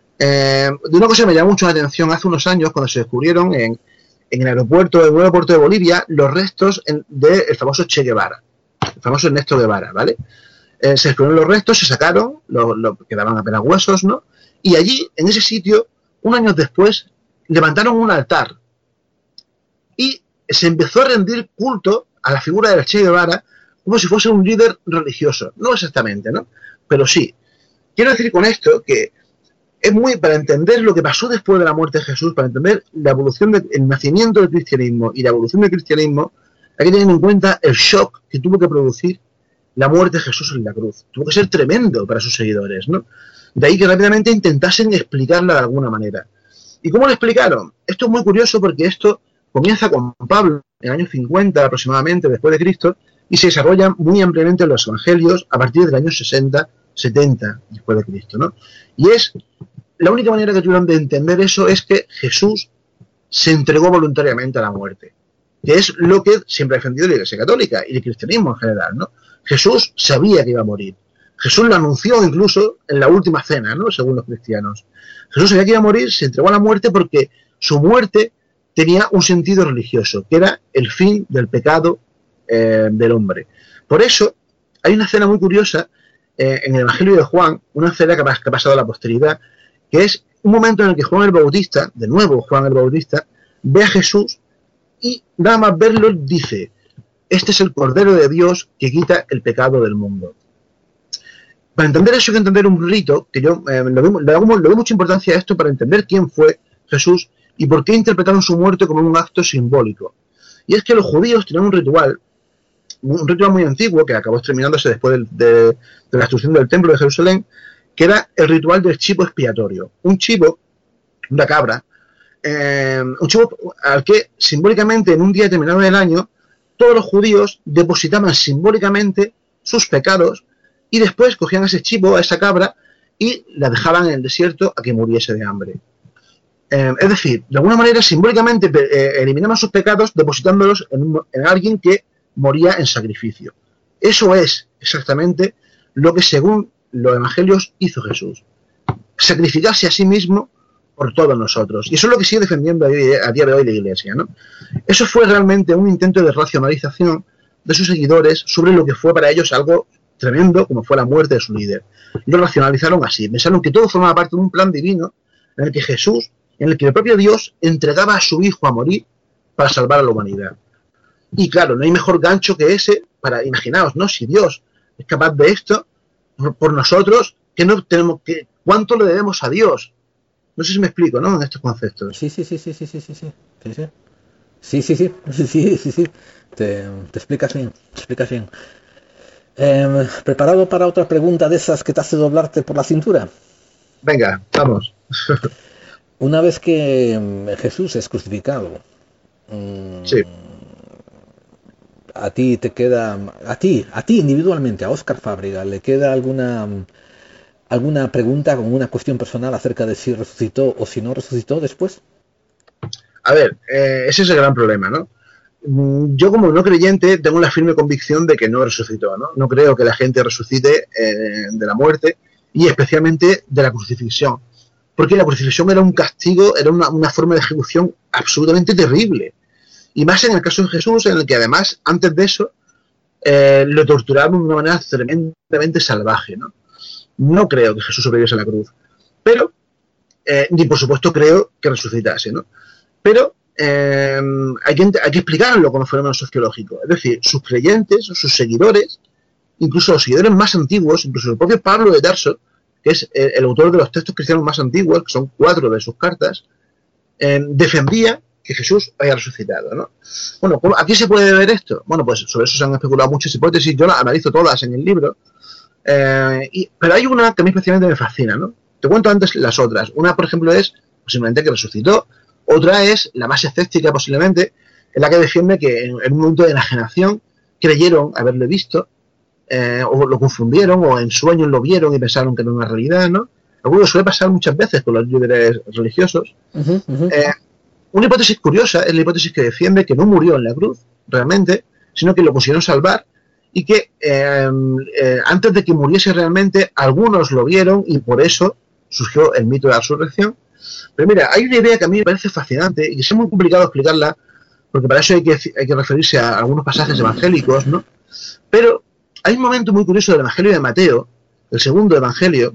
eh, de una cosa que me llamó mucho la atención hace unos años cuando se descubrieron en, en el aeropuerto, en un aeropuerto de Bolivia, los restos del famoso Che Guevara, el famoso Ernesto Guevara, ¿vale? Eh, se descubrieron los restos, se sacaron, lo, lo, quedaban apenas huesos, ¿no? Y allí, en ese sitio, un año después, levantaron un altar y se empezó a rendir culto a la figura del Che Guevara como si fuese un líder religioso. No exactamente, ¿no? Pero sí. Quiero decir con esto que es muy, para entender lo que pasó después de la muerte de Jesús, para entender la evolución del nacimiento del cristianismo y la evolución del cristianismo, hay que tener en cuenta el shock que tuvo que producir la muerte de Jesús en la cruz. Tuvo que ser tremendo para sus seguidores, ¿no? De ahí que rápidamente intentasen explicarla de alguna manera. ¿Y cómo lo explicaron? Esto es muy curioso porque esto comienza con Pablo en el año cincuenta aproximadamente después de Cristo, y se desarrollan muy ampliamente en los evangelios a partir del año sesenta, setenta después de Cristo, ¿no? Y es, la única manera que tuvieron de entender eso es que Jesús se entregó voluntariamente a la muerte, que es lo que siempre ha defendido la Iglesia Católica y el cristianismo en general, ¿no? Jesús sabía que iba a morir. Jesús lo anunció incluso en la última cena, ¿no? Según los cristianos. Jesús sabía que iba a morir, se entregó a la muerte porque su muerte tenía un sentido religioso, que era el fin del pecado Eh, del hombre. Por eso hay una escena muy curiosa eh, en el Evangelio de Juan, una escena que ha, que ha pasado a la posteridad, que es un momento en el que Juan el Bautista, de nuevo Juan el Bautista, ve a Jesús y nada más verlo dice: este es el Cordero de Dios que quita el pecado del mundo. Para entender eso hay que entender un rito, que yo eh, le, doy, le, doy, le doy mucha importancia a esto para entender quién fue Jesús y por qué interpretaron su muerte como un acto simbólico. Y es que los judíos tenían un ritual, un ritual muy antiguo que acabó exterminándose después de, de, de la destrucción del templo de Jerusalén, que era el ritual del chivo expiatorio. Un chivo una cabra, eh, un chivo al que simbólicamente en un día determinado del año todos los judíos depositaban simbólicamente sus pecados y después cogían a ese chivo, a esa cabra, y la dejaban en el desierto a que muriese de hambre. Eh, es decir, de alguna manera simbólicamente eh, eliminaban sus pecados depositándolos en, un, en alguien que moría en sacrificio. Eso es exactamente lo que según los evangelios hizo Jesús. Sacrificarse a sí mismo por todos nosotros. Y eso es lo que sigue defendiendo a día de hoy la Iglesia, ¿no? Eso fue realmente un intento de racionalización de sus seguidores sobre lo que fue para ellos algo tremendo, como fue la muerte de su líder. Lo racionalizaron así. Pensaron que todo formaba parte de un plan divino en el que Jesús, en el que el propio Dios entregaba a su Hijo a morir para salvar a la humanidad. Y claro, no hay mejor gancho que ese para, imaginaos, ¿no? Si Dios es capaz de esto, por, por nosotros, que no tenemos que, ¿cuánto le debemos a Dios? No sé si me explico, ¿no? En estos conceptos. Sí, sí, sí, sí, sí, sí, sí, sí, sí, sí, sí, sí, sí, sí, sí, sí. Te, te explicas bien, te explicas bien. Eh, ¿Preparado para otra pregunta de esas que te hace doblarte por la cintura? Venga, vamos. Una vez que Jesús es crucificado, mmm, sí. a ti te queda, a ti, a ti individualmente, a Óscar Fábrega, ¿le queda alguna alguna pregunta, alguna cuestión personal acerca de si resucitó o si no resucitó después? A ver, eh, ese es el gran problema, ¿no? Yo como no creyente tengo la firme convicción de que no resucitó, ¿no? No creo que la gente resucite eh, de la muerte y especialmente de la crucifixión. Porque la crucifixión era un castigo, era una, una forma de ejecución absolutamente terrible. Y más en el caso de Jesús, en el que además, antes de eso, eh, lo torturaban de una manera tremendamente salvaje, ¿no? No creo que Jesús sobreviviese a la cruz. Pero, eh, ni por supuesto creo que resucitase, ¿no? Pero eh, hay, que, hay que explicarlo como fenómeno sociológico. Es decir, sus creyentes, sus seguidores, incluso los seguidores más antiguos, incluso el propio Pablo de Tarso, que es el, el autor de los textos cristianos más antiguos, que son cuatro de sus cartas, eh, defendía que Jesús haya resucitado, ¿no? Bueno, ¿a qué se puede ver esto? Bueno, pues sobre eso se han especulado muchas hipótesis, yo las analizo todas en el libro, eh, y, pero hay una que a mí especialmente me fascina, ¿no? Te cuento antes las otras. Una, por ejemplo, es posiblemente que resucitó, otra es la más escéptica posiblemente, en la que defiende que en, en un momento de enajenación creyeron haberle visto, eh, o lo confundieron, o en sueños lo vieron y pensaron que no era una realidad, ¿no? Algo que suele pasar muchas veces con los líderes religiosos. Uh-huh, uh-huh. Eh, una hipótesis curiosa es la hipótesis que defiende que no murió en la cruz, realmente, sino que lo consiguieron salvar y que eh, eh, antes de que muriese realmente, algunos lo vieron y por eso surgió el mito de la resurrección. Pero mira, hay una idea que a mí me parece fascinante y que es muy complicado explicarla, porque para eso hay que, hay que referirse a algunos pasajes evangélicos, ¿no? Pero hay un momento muy curioso del Evangelio de Mateo, el segundo Evangelio,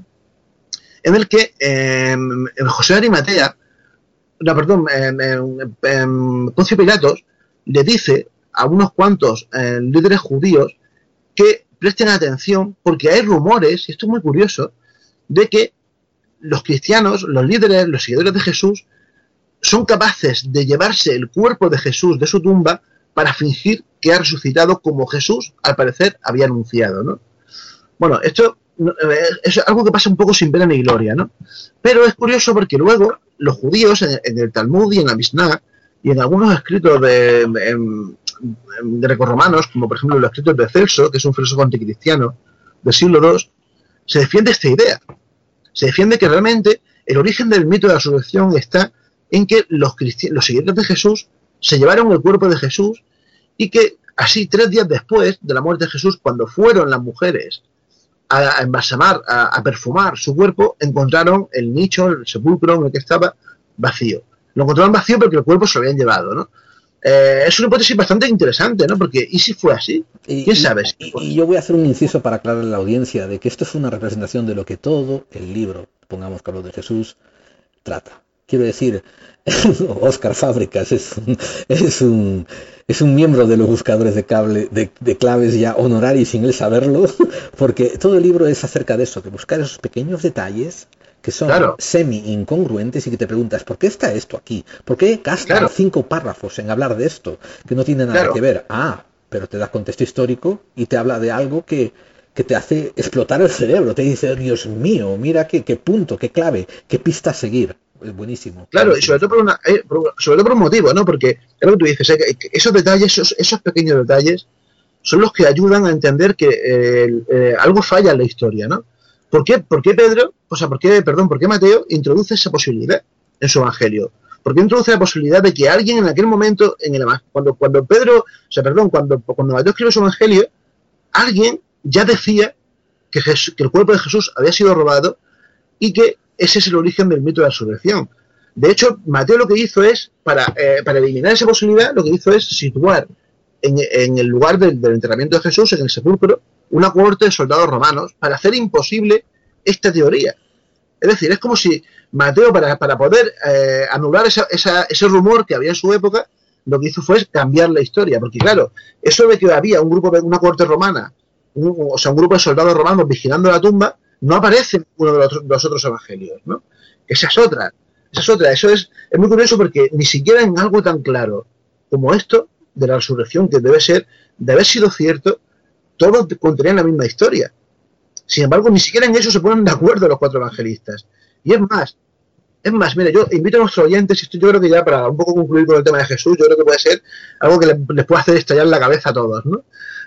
en el que eh, José de Arimatea, no, perdón, eh, eh, eh, Poncio Pilatos le dice a unos cuantos eh, líderes judíos que presten atención porque hay rumores, y esto es muy curioso, de que los cristianos, los líderes, los seguidores de Jesús, son capaces de llevarse el cuerpo de Jesús de su tumba para fingir que ha resucitado como Jesús, al parecer, había anunciado, ¿no? Bueno, esto es algo que pasa un poco sin pena ni gloria, ¿no? Pero es curioso porque luego los judíos en, en el Talmud y en la Mishnah y en algunos escritos de, en, en grecorromanos, como por ejemplo los escritos de Celso, que es un filósofo anticristiano del siglo segundo, se defiende esta idea. Se defiende que realmente el origen del mito de la resurrección está en que los, los seguidores de Jesús se llevaron el cuerpo de Jesús y que así tres días después de la muerte de Jesús, cuando fueron las mujeres a, a embalsamar, a, a perfumar su cuerpo, encontraron el nicho, el sepulcro en el que estaba vacío. Lo encontraron vacío porque el cuerpo se lo habían llevado, ¿no? Eh, es una hipótesis bastante interesante, ¿no? Porque ¿y si fue así? ¿Quién y, sabe? Y, y yo voy a hacer un inciso para aclarar a la audiencia de que esto es una representación de lo que todo el libro, pongamos que hablo de Jesús, trata. Quiero decir, Óscar Fábregas es un, es un es un miembro de los buscadores de, cable, de, de claves ya honorario sin él saberlo, porque todo el libro es acerca de eso, de buscar esos pequeños detalles que son claro. semi-incongruentes y que te preguntas, ¿por qué está esto aquí? ¿Por qué gastan claro. cinco párrafos en hablar de esto que no tiene nada claro. que ver? Ah, pero te da contexto histórico y te habla de algo que, que te hace explotar el cerebro. Te dice, Dios mío, mira qué, qué punto, qué clave, qué pista a seguir. es buenísimo. Claro, y sobre todo por, una, eh, por, sobre todo por un motivo, ¿no? Porque es lo que tú dices, eh, que esos detalles, esos, esos pequeños detalles, son los que ayudan a entender que eh, eh, algo falla en la historia, ¿no? ¿Por qué, por qué Pedro, o sea, por qué, perdón, por qué Mateo introduce esa posibilidad en su evangelio? ¿Por qué introduce la posibilidad de que alguien en aquel momento, en el cuando, cuando Pedro, o sea, perdón, cuando, cuando Mateo escribe su evangelio, alguien ya decía que, Jesús, que el cuerpo de Jesús había sido robado y que ese es el origen del mito de la resurrección? De hecho, Mateo lo que hizo es, para, eh, para eliminar esa posibilidad, lo que hizo es situar en, en el lugar del, del enterramiento de Jesús, en el sepulcro, una cohorte de soldados romanos para hacer imposible esta teoría. Es decir, es como si Mateo, para, para poder eh, anular esa, esa, ese rumor que había en su época, lo que hizo fue cambiar la historia. Porque claro, eso de que había un grupo de una corte romana, un, o sea, un grupo de soldados romanos vigilando la tumba, no aparece en uno de los, de los otros evangelios, ¿no? Esa es otra. Esa es otra. Eso es, es muy curioso porque ni siquiera en algo tan claro como esto de la resurrección, que debe ser, de haber sido cierto, todos contenían la misma historia. Sin embargo, ni siquiera en eso se ponen de acuerdo los cuatro evangelistas. Y es más, es más, mira, yo invito a nuestros oyentes, y esto yo creo que ya para un poco concluir con el tema de Jesús, yo creo que puede ser algo que les, les puede hacer estallar la cabeza a todos, ¿no?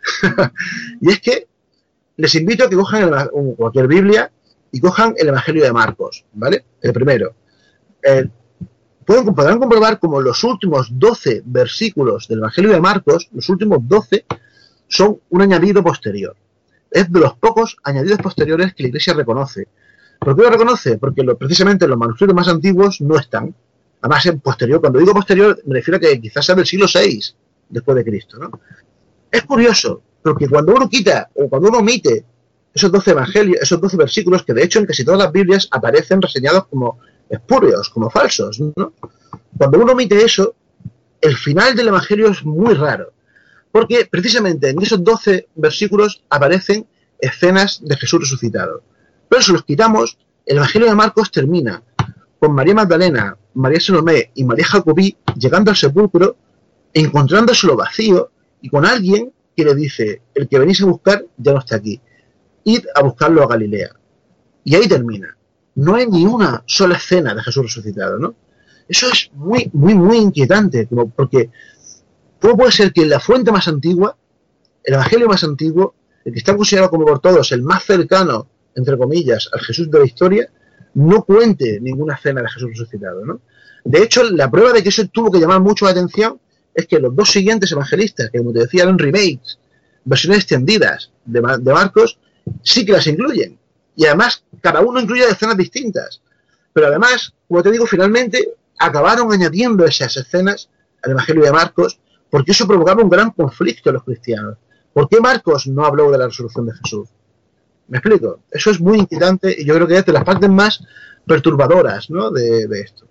Y es que les invito a que cojan el, cualquier Biblia y cojan el Evangelio de Marcos, ¿vale? El primero. Eh, pueden, podrán comprobar como los últimos doce versículos del Evangelio de Marcos, los últimos doce, son un añadido posterior. Es de los pocos añadidos posteriores que la Iglesia reconoce. ¿Por qué lo reconoce? Porque lo, precisamente los manuscritos más antiguos no están. Además, en posterior, cuando digo posterior, me refiero a que quizás sea del siglo seis después de Cristo, ¿no? Es curioso, porque cuando uno quita, o cuando uno omite esos doce evangelios, esos doce versículos, que de hecho en casi todas las Biblias aparecen reseñados como espurios, como falsos, ¿no? Cuando uno omite eso, el final del evangelio es muy raro. Porque precisamente en esos doce versículos aparecen escenas de Jesús resucitado. Pero si los quitamos, el Evangelio de Marcos termina con María Magdalena, María Salomé y María Jacobí llegando al sepulcro, encontrándoselo vacío y con alguien que le dice: el que venís a buscar ya no está aquí, id a buscarlo a Galilea. Y ahí termina. No hay ni una sola escena de Jesús resucitado, ¿no? Eso es muy, muy, muy inquietante, como porque ¿cómo puede ser que en la fuente más antigua, el evangelio más antiguo, el que está considerado como por todos el más cercano, entre comillas, al Jesús de la historia, no cuente ninguna escena de Jesús resucitado, ¿no? De hecho, la prueba de que eso tuvo que llamar mucho la atención es que los dos siguientes evangelistas, que como te decía eran remakes, versiones extendidas de, de Marcos, sí que las incluyen. Y además, cada uno incluye escenas distintas. Pero además, como te digo, finalmente acabaron añadiendo esas escenas al evangelio de Marcos, porque eso provocaba un gran conflicto en los cristianos. ¿Por qué Marcos no habló de la resurrección de Jesús? ¿Me explico? Eso es muy inquietante y yo creo que es de las partes más perturbadoras, ¿no?, de, de esto.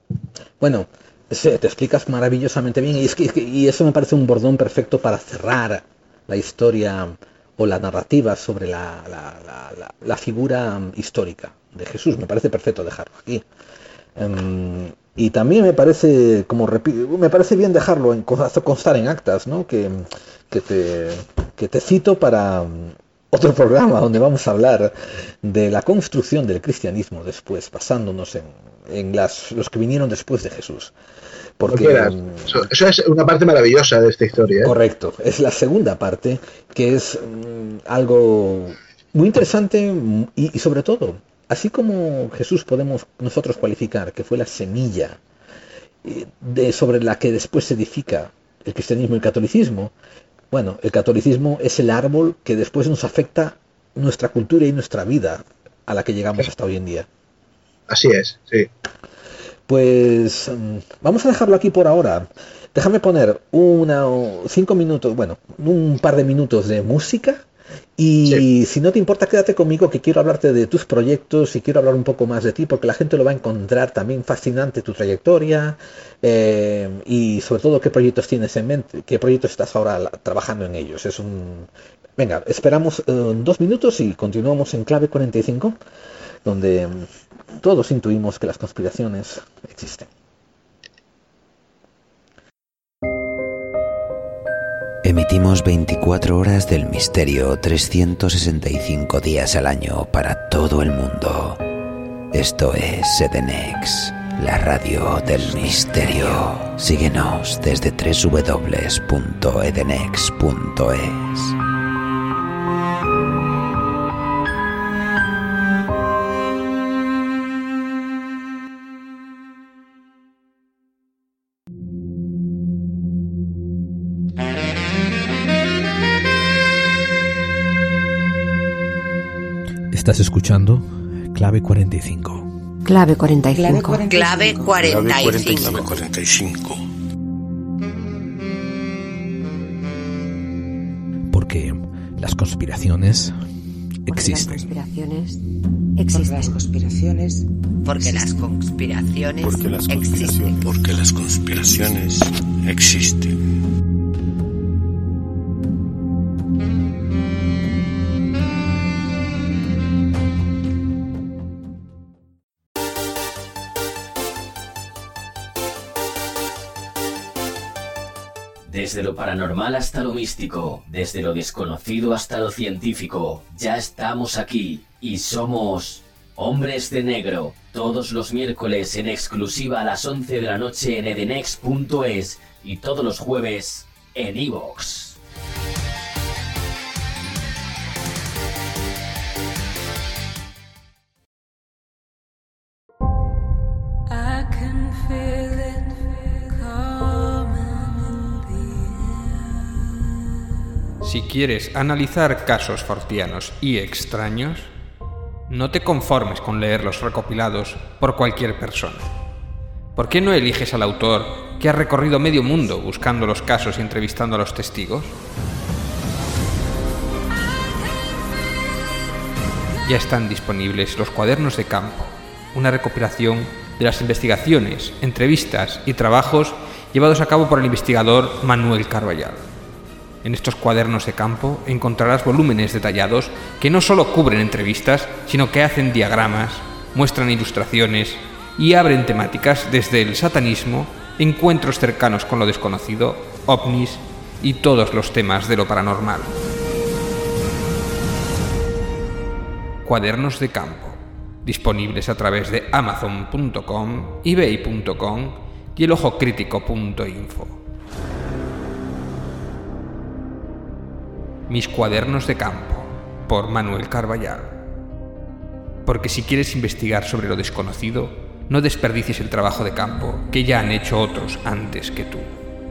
Bueno, te explicas maravillosamente bien y, es que, y eso me parece un bordón perfecto para cerrar la historia o la narrativa sobre la, la, la, la, la figura histórica de Jesús. Me parece perfecto dejarlo aquí. Um, y también me parece, como repito, me parece bien dejarlo en, constar en actas, ¿no? Que, que, te, que te cito para otro programa donde vamos a hablar de la construcción del cristianismo después, basándonos en, en las, los que vinieron después de Jesús. Porque, eso, eso es una parte maravillosa de esta historia, ¿eh? Correcto, es la segunda parte, que es um, algo muy interesante y, y sobre todo, así como Jesús podemos nosotros cualificar que fue la semilla de, sobre la que después se edifica el cristianismo y el catolicismo, bueno, el catolicismo es el árbol que después nos afecta nuestra cultura y nuestra vida a la que llegamos hasta hoy en día. Así es, sí. Pues vamos a dejarlo aquí por ahora. Déjame poner una cinco minutos, bueno, un par de minutos de música. Y sí, si no te importa, quédate conmigo, que quiero hablarte de tus proyectos y quiero hablar un poco más de ti, porque la gente lo va a encontrar también fascinante, tu trayectoria, eh, y sobre todo qué proyectos tienes en mente, qué proyectos estás ahora la, trabajando en ellos. Es un... Venga, esperamos eh, dos minutos y continuamos en Clave cuarenta y cinco, donde eh, todos intuimos que las conspiraciones existen. Emitimos veinticuatro horas del misterio, trescientos sesenta y cinco días al año para todo el mundo. Esto es Edenex, la radio del misterio. Síguenos desde doble u doble u doble u punto edenex punto es. Estás escuchando Clave cuarenta y cinco. Clave cuarenta y cinco. Clave cuarenta y cinco. Clave cuarenta y cinco. Porque las conspiraciones existen. Porque las conspiraciones existen. Porque las conspiraciones Porque las conspiraciones existen. Porque las conspiraciones existen. Desde lo paranormal hasta lo místico, desde lo desconocido hasta lo científico, ya estamos aquí y somos Hombres de Negro, todos los miércoles en exclusiva a las once de la noche en edenex punto es y todos los jueves en iVoox. Si quieres analizar casos fortianos y extraños, no te conformes con leerlos recopilados por cualquier persona. ¿Por qué no eliges al autor que ha recorrido medio mundo buscando los casos y entrevistando a los testigos? Ya están disponibles los Cuadernos de Campo, una recopilación de las investigaciones, entrevistas y trabajos llevados a cabo por el investigador Manuel Carballal. En estos cuadernos de campo encontrarás volúmenes detallados que no solo cubren entrevistas, sino que hacen diagramas, muestran ilustraciones y abren temáticas desde el satanismo, encuentros cercanos con lo desconocido, ovnis y todos los temas de lo paranormal. Cuadernos de campo, disponibles a través de amazon punto com, ebay punto com y el ojo crítico punto info. Mis cuadernos de campo, por Manuel Carballal. Porque si quieres investigar sobre lo desconocido, no desperdicies el trabajo de campo que ya han hecho otros antes que tú.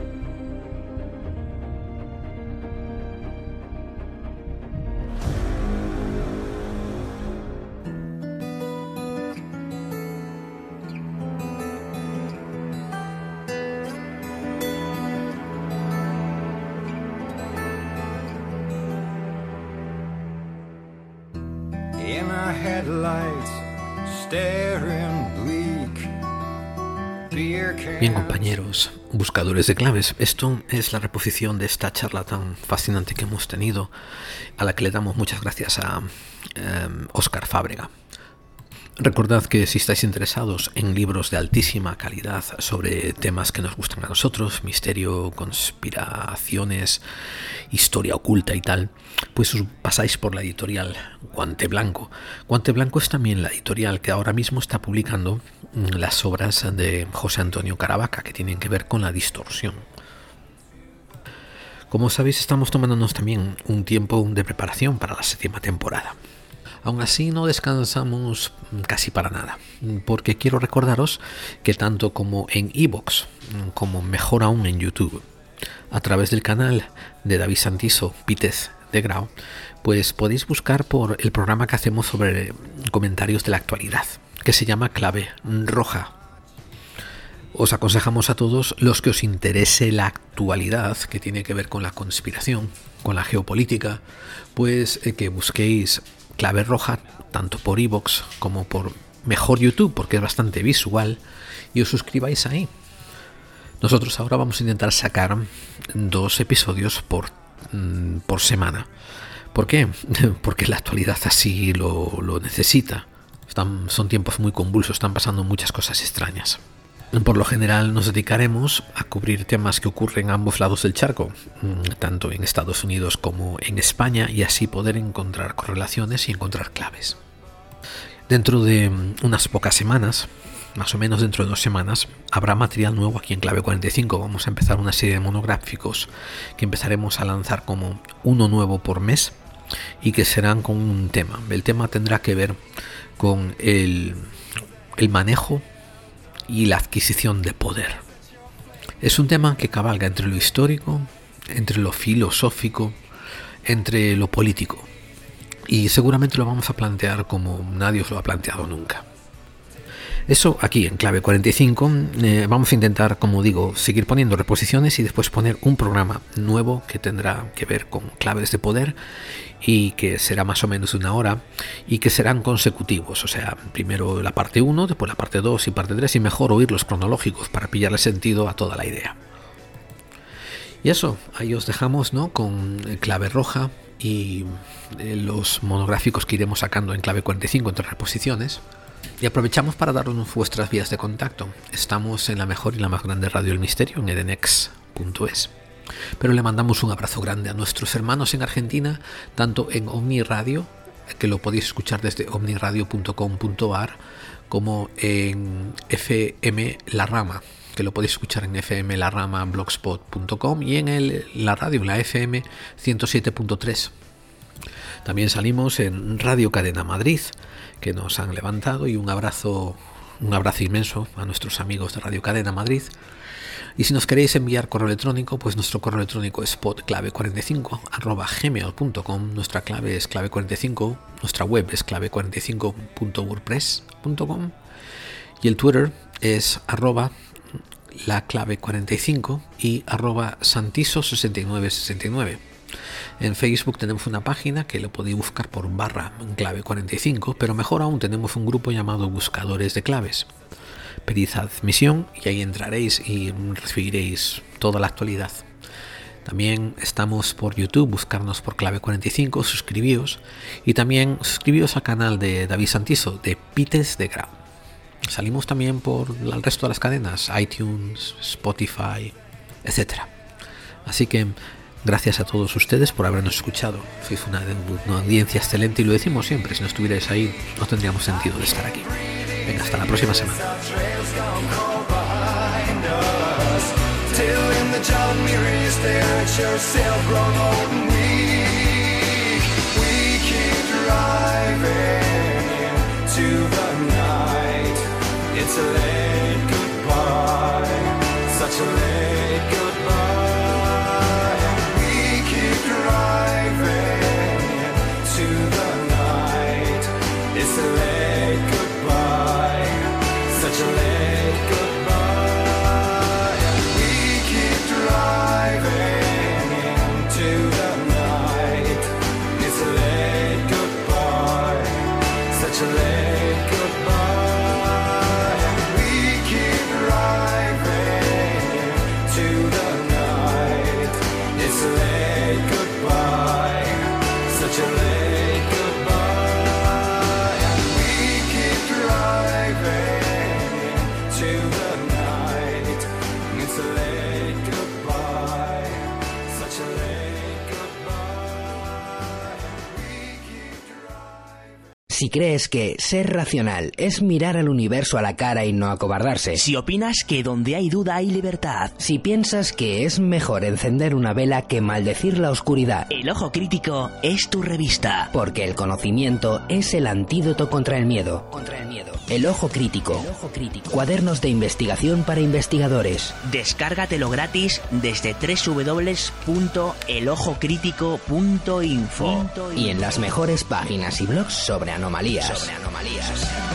Bien, compañeros, buscadores de claves, esto es la reposición de esta charla tan fascinante que hemos tenido, a la que le damos muchas gracias a eh, Óscar Fábrega. Recordad que si estáis interesados en libros de altísima calidad sobre temas que nos gustan a nosotros, misterio, conspiraciones, historia oculta y tal, pues os pasáis por la editorial Guante Blanco. Guante Blanco es también la editorial que ahora mismo está publicando las obras de José Antonio Caravaca que tienen que ver con la distorsión. Como sabéis, estamos tomándonos también un tiempo de preparación para la séptima temporada. Aún así no descansamos casi para nada, porque quiero recordaros que tanto como en iVoox, como mejor aún en YouTube, a través del canal de David Santiso Pítez de Grau, pues podéis buscar por el programa que hacemos sobre comentarios de la actualidad, que se llama Clave Roja. Os aconsejamos a todos los que os interese la actualidad que tiene que ver con la conspiración, con la geopolítica, pues eh, que busquéis Clave Roja tanto por iVoox como por mejor YouTube, porque es bastante visual, y os suscribáis ahí. Nosotros ahora vamos a intentar sacar dos episodios por, por semana. ¿Por qué? Porque la actualidad así lo, lo necesita. Están, son tiempos muy convulsos, están pasando muchas cosas extrañas. Por lo general nos dedicaremos a cubrir temas que ocurren a ambos lados del charco, tanto en Estados Unidos como en España, y así poder encontrar correlaciones y encontrar claves. Dentro de unas pocas semanas más o menos dentro de dos semanas, habrá material nuevo aquí en Clave cuarenta y cinco. Vamos a empezar una serie de monográficos que empezaremos a lanzar como uno nuevo por mes y que serán con un tema. El tema tendrá que ver con el, el manejo y la adquisición de poder. Es un tema que cabalga entre lo histórico, entre lo filosófico, entre lo político. Y seguramente lo vamos a plantear como nadie os lo ha planteado nunca. Eso aquí en Clave cuarenta y cinco. Eh, vamos a intentar, como digo, seguir poniendo reposiciones y después poner un programa nuevo que tendrá que ver con claves de poder y que será más o menos una hora y que serán consecutivos. O sea, primero la parte uno, después la parte dos y parte tres, y mejor oírlos cronológicos para pillarle sentido a toda la idea. Y eso, ahí os dejamos, ¿no?, con Clave Roja y eh, los monográficos que iremos sacando en Clave cuarenta y cinco entre reposiciones. Y aprovechamos para daros vuestras vías de contacto. Estamos en la mejor y la más grande radio del misterio, en edenex punto es. Pero le mandamos un abrazo grande a nuestros hermanos en Argentina, tanto en Omni Radio, que lo podéis escuchar desde omniradio punto com punto ar, como en F M La Rama, que lo podéis escuchar en F M La Rama blogspot punto com, y en el, la radio, la F M ciento siete punto tres. También salimos en Radio Cadena Madrid, que nos han levantado, y un abrazo, un abrazo inmenso a nuestros amigos de Radio Cadena Madrid. Y si nos queréis enviar correo electrónico, pues nuestro correo electrónico es podclave cuarenta y cinco arroba gmail punto com, nuestra clave es clave cuarenta y cinco, nuestra web es clave cuarenta y cinco punto wordpress punto com y el Twitter es arroba la clave cuarenta y cinco y arroba santiso sesenta y nueve sesenta y nueve. En Facebook tenemos una página que lo podéis buscar por barra clave cuarenta y cinco, pero mejor aún tenemos un grupo llamado Buscadores de Claves. Pedid admisión y ahí entraréis y recibiréis toda la actualidad. También estamos por YouTube, buscarnos por Clave cuarenta y cinco, suscribíos, y también suscribíos al canal de David Santiso, de Pites de Grau. Salimos también por el resto de las cadenas, iTunes, Spotify, etcétera. Así que gracias a todos ustedes por habernos escuchado. Sois una, una audiencia excelente y lo decimos siempre. Si no estuvierais ahí, no tendríamos sentido de estar aquí. Venga, hasta la próxima semana. Si crees que ser racional es mirar al universo a la cara y no acobardarse. Si opinas que donde hay duda hay libertad. Si piensas que es mejor encender una vela que maldecir la oscuridad. El Ojo Crítico es tu revista. Porque el conocimiento es el antídoto contra el miedo. Contra el miedo. El Ojo Crítico. El Ojo Crítico. Cuadernos de investigación para investigadores. Descárgatelo gratis desde doble u doble u doble u punto el ojo crítico punto info. Y en las mejores páginas y blogs sobre anomalías. Sobre anomalías.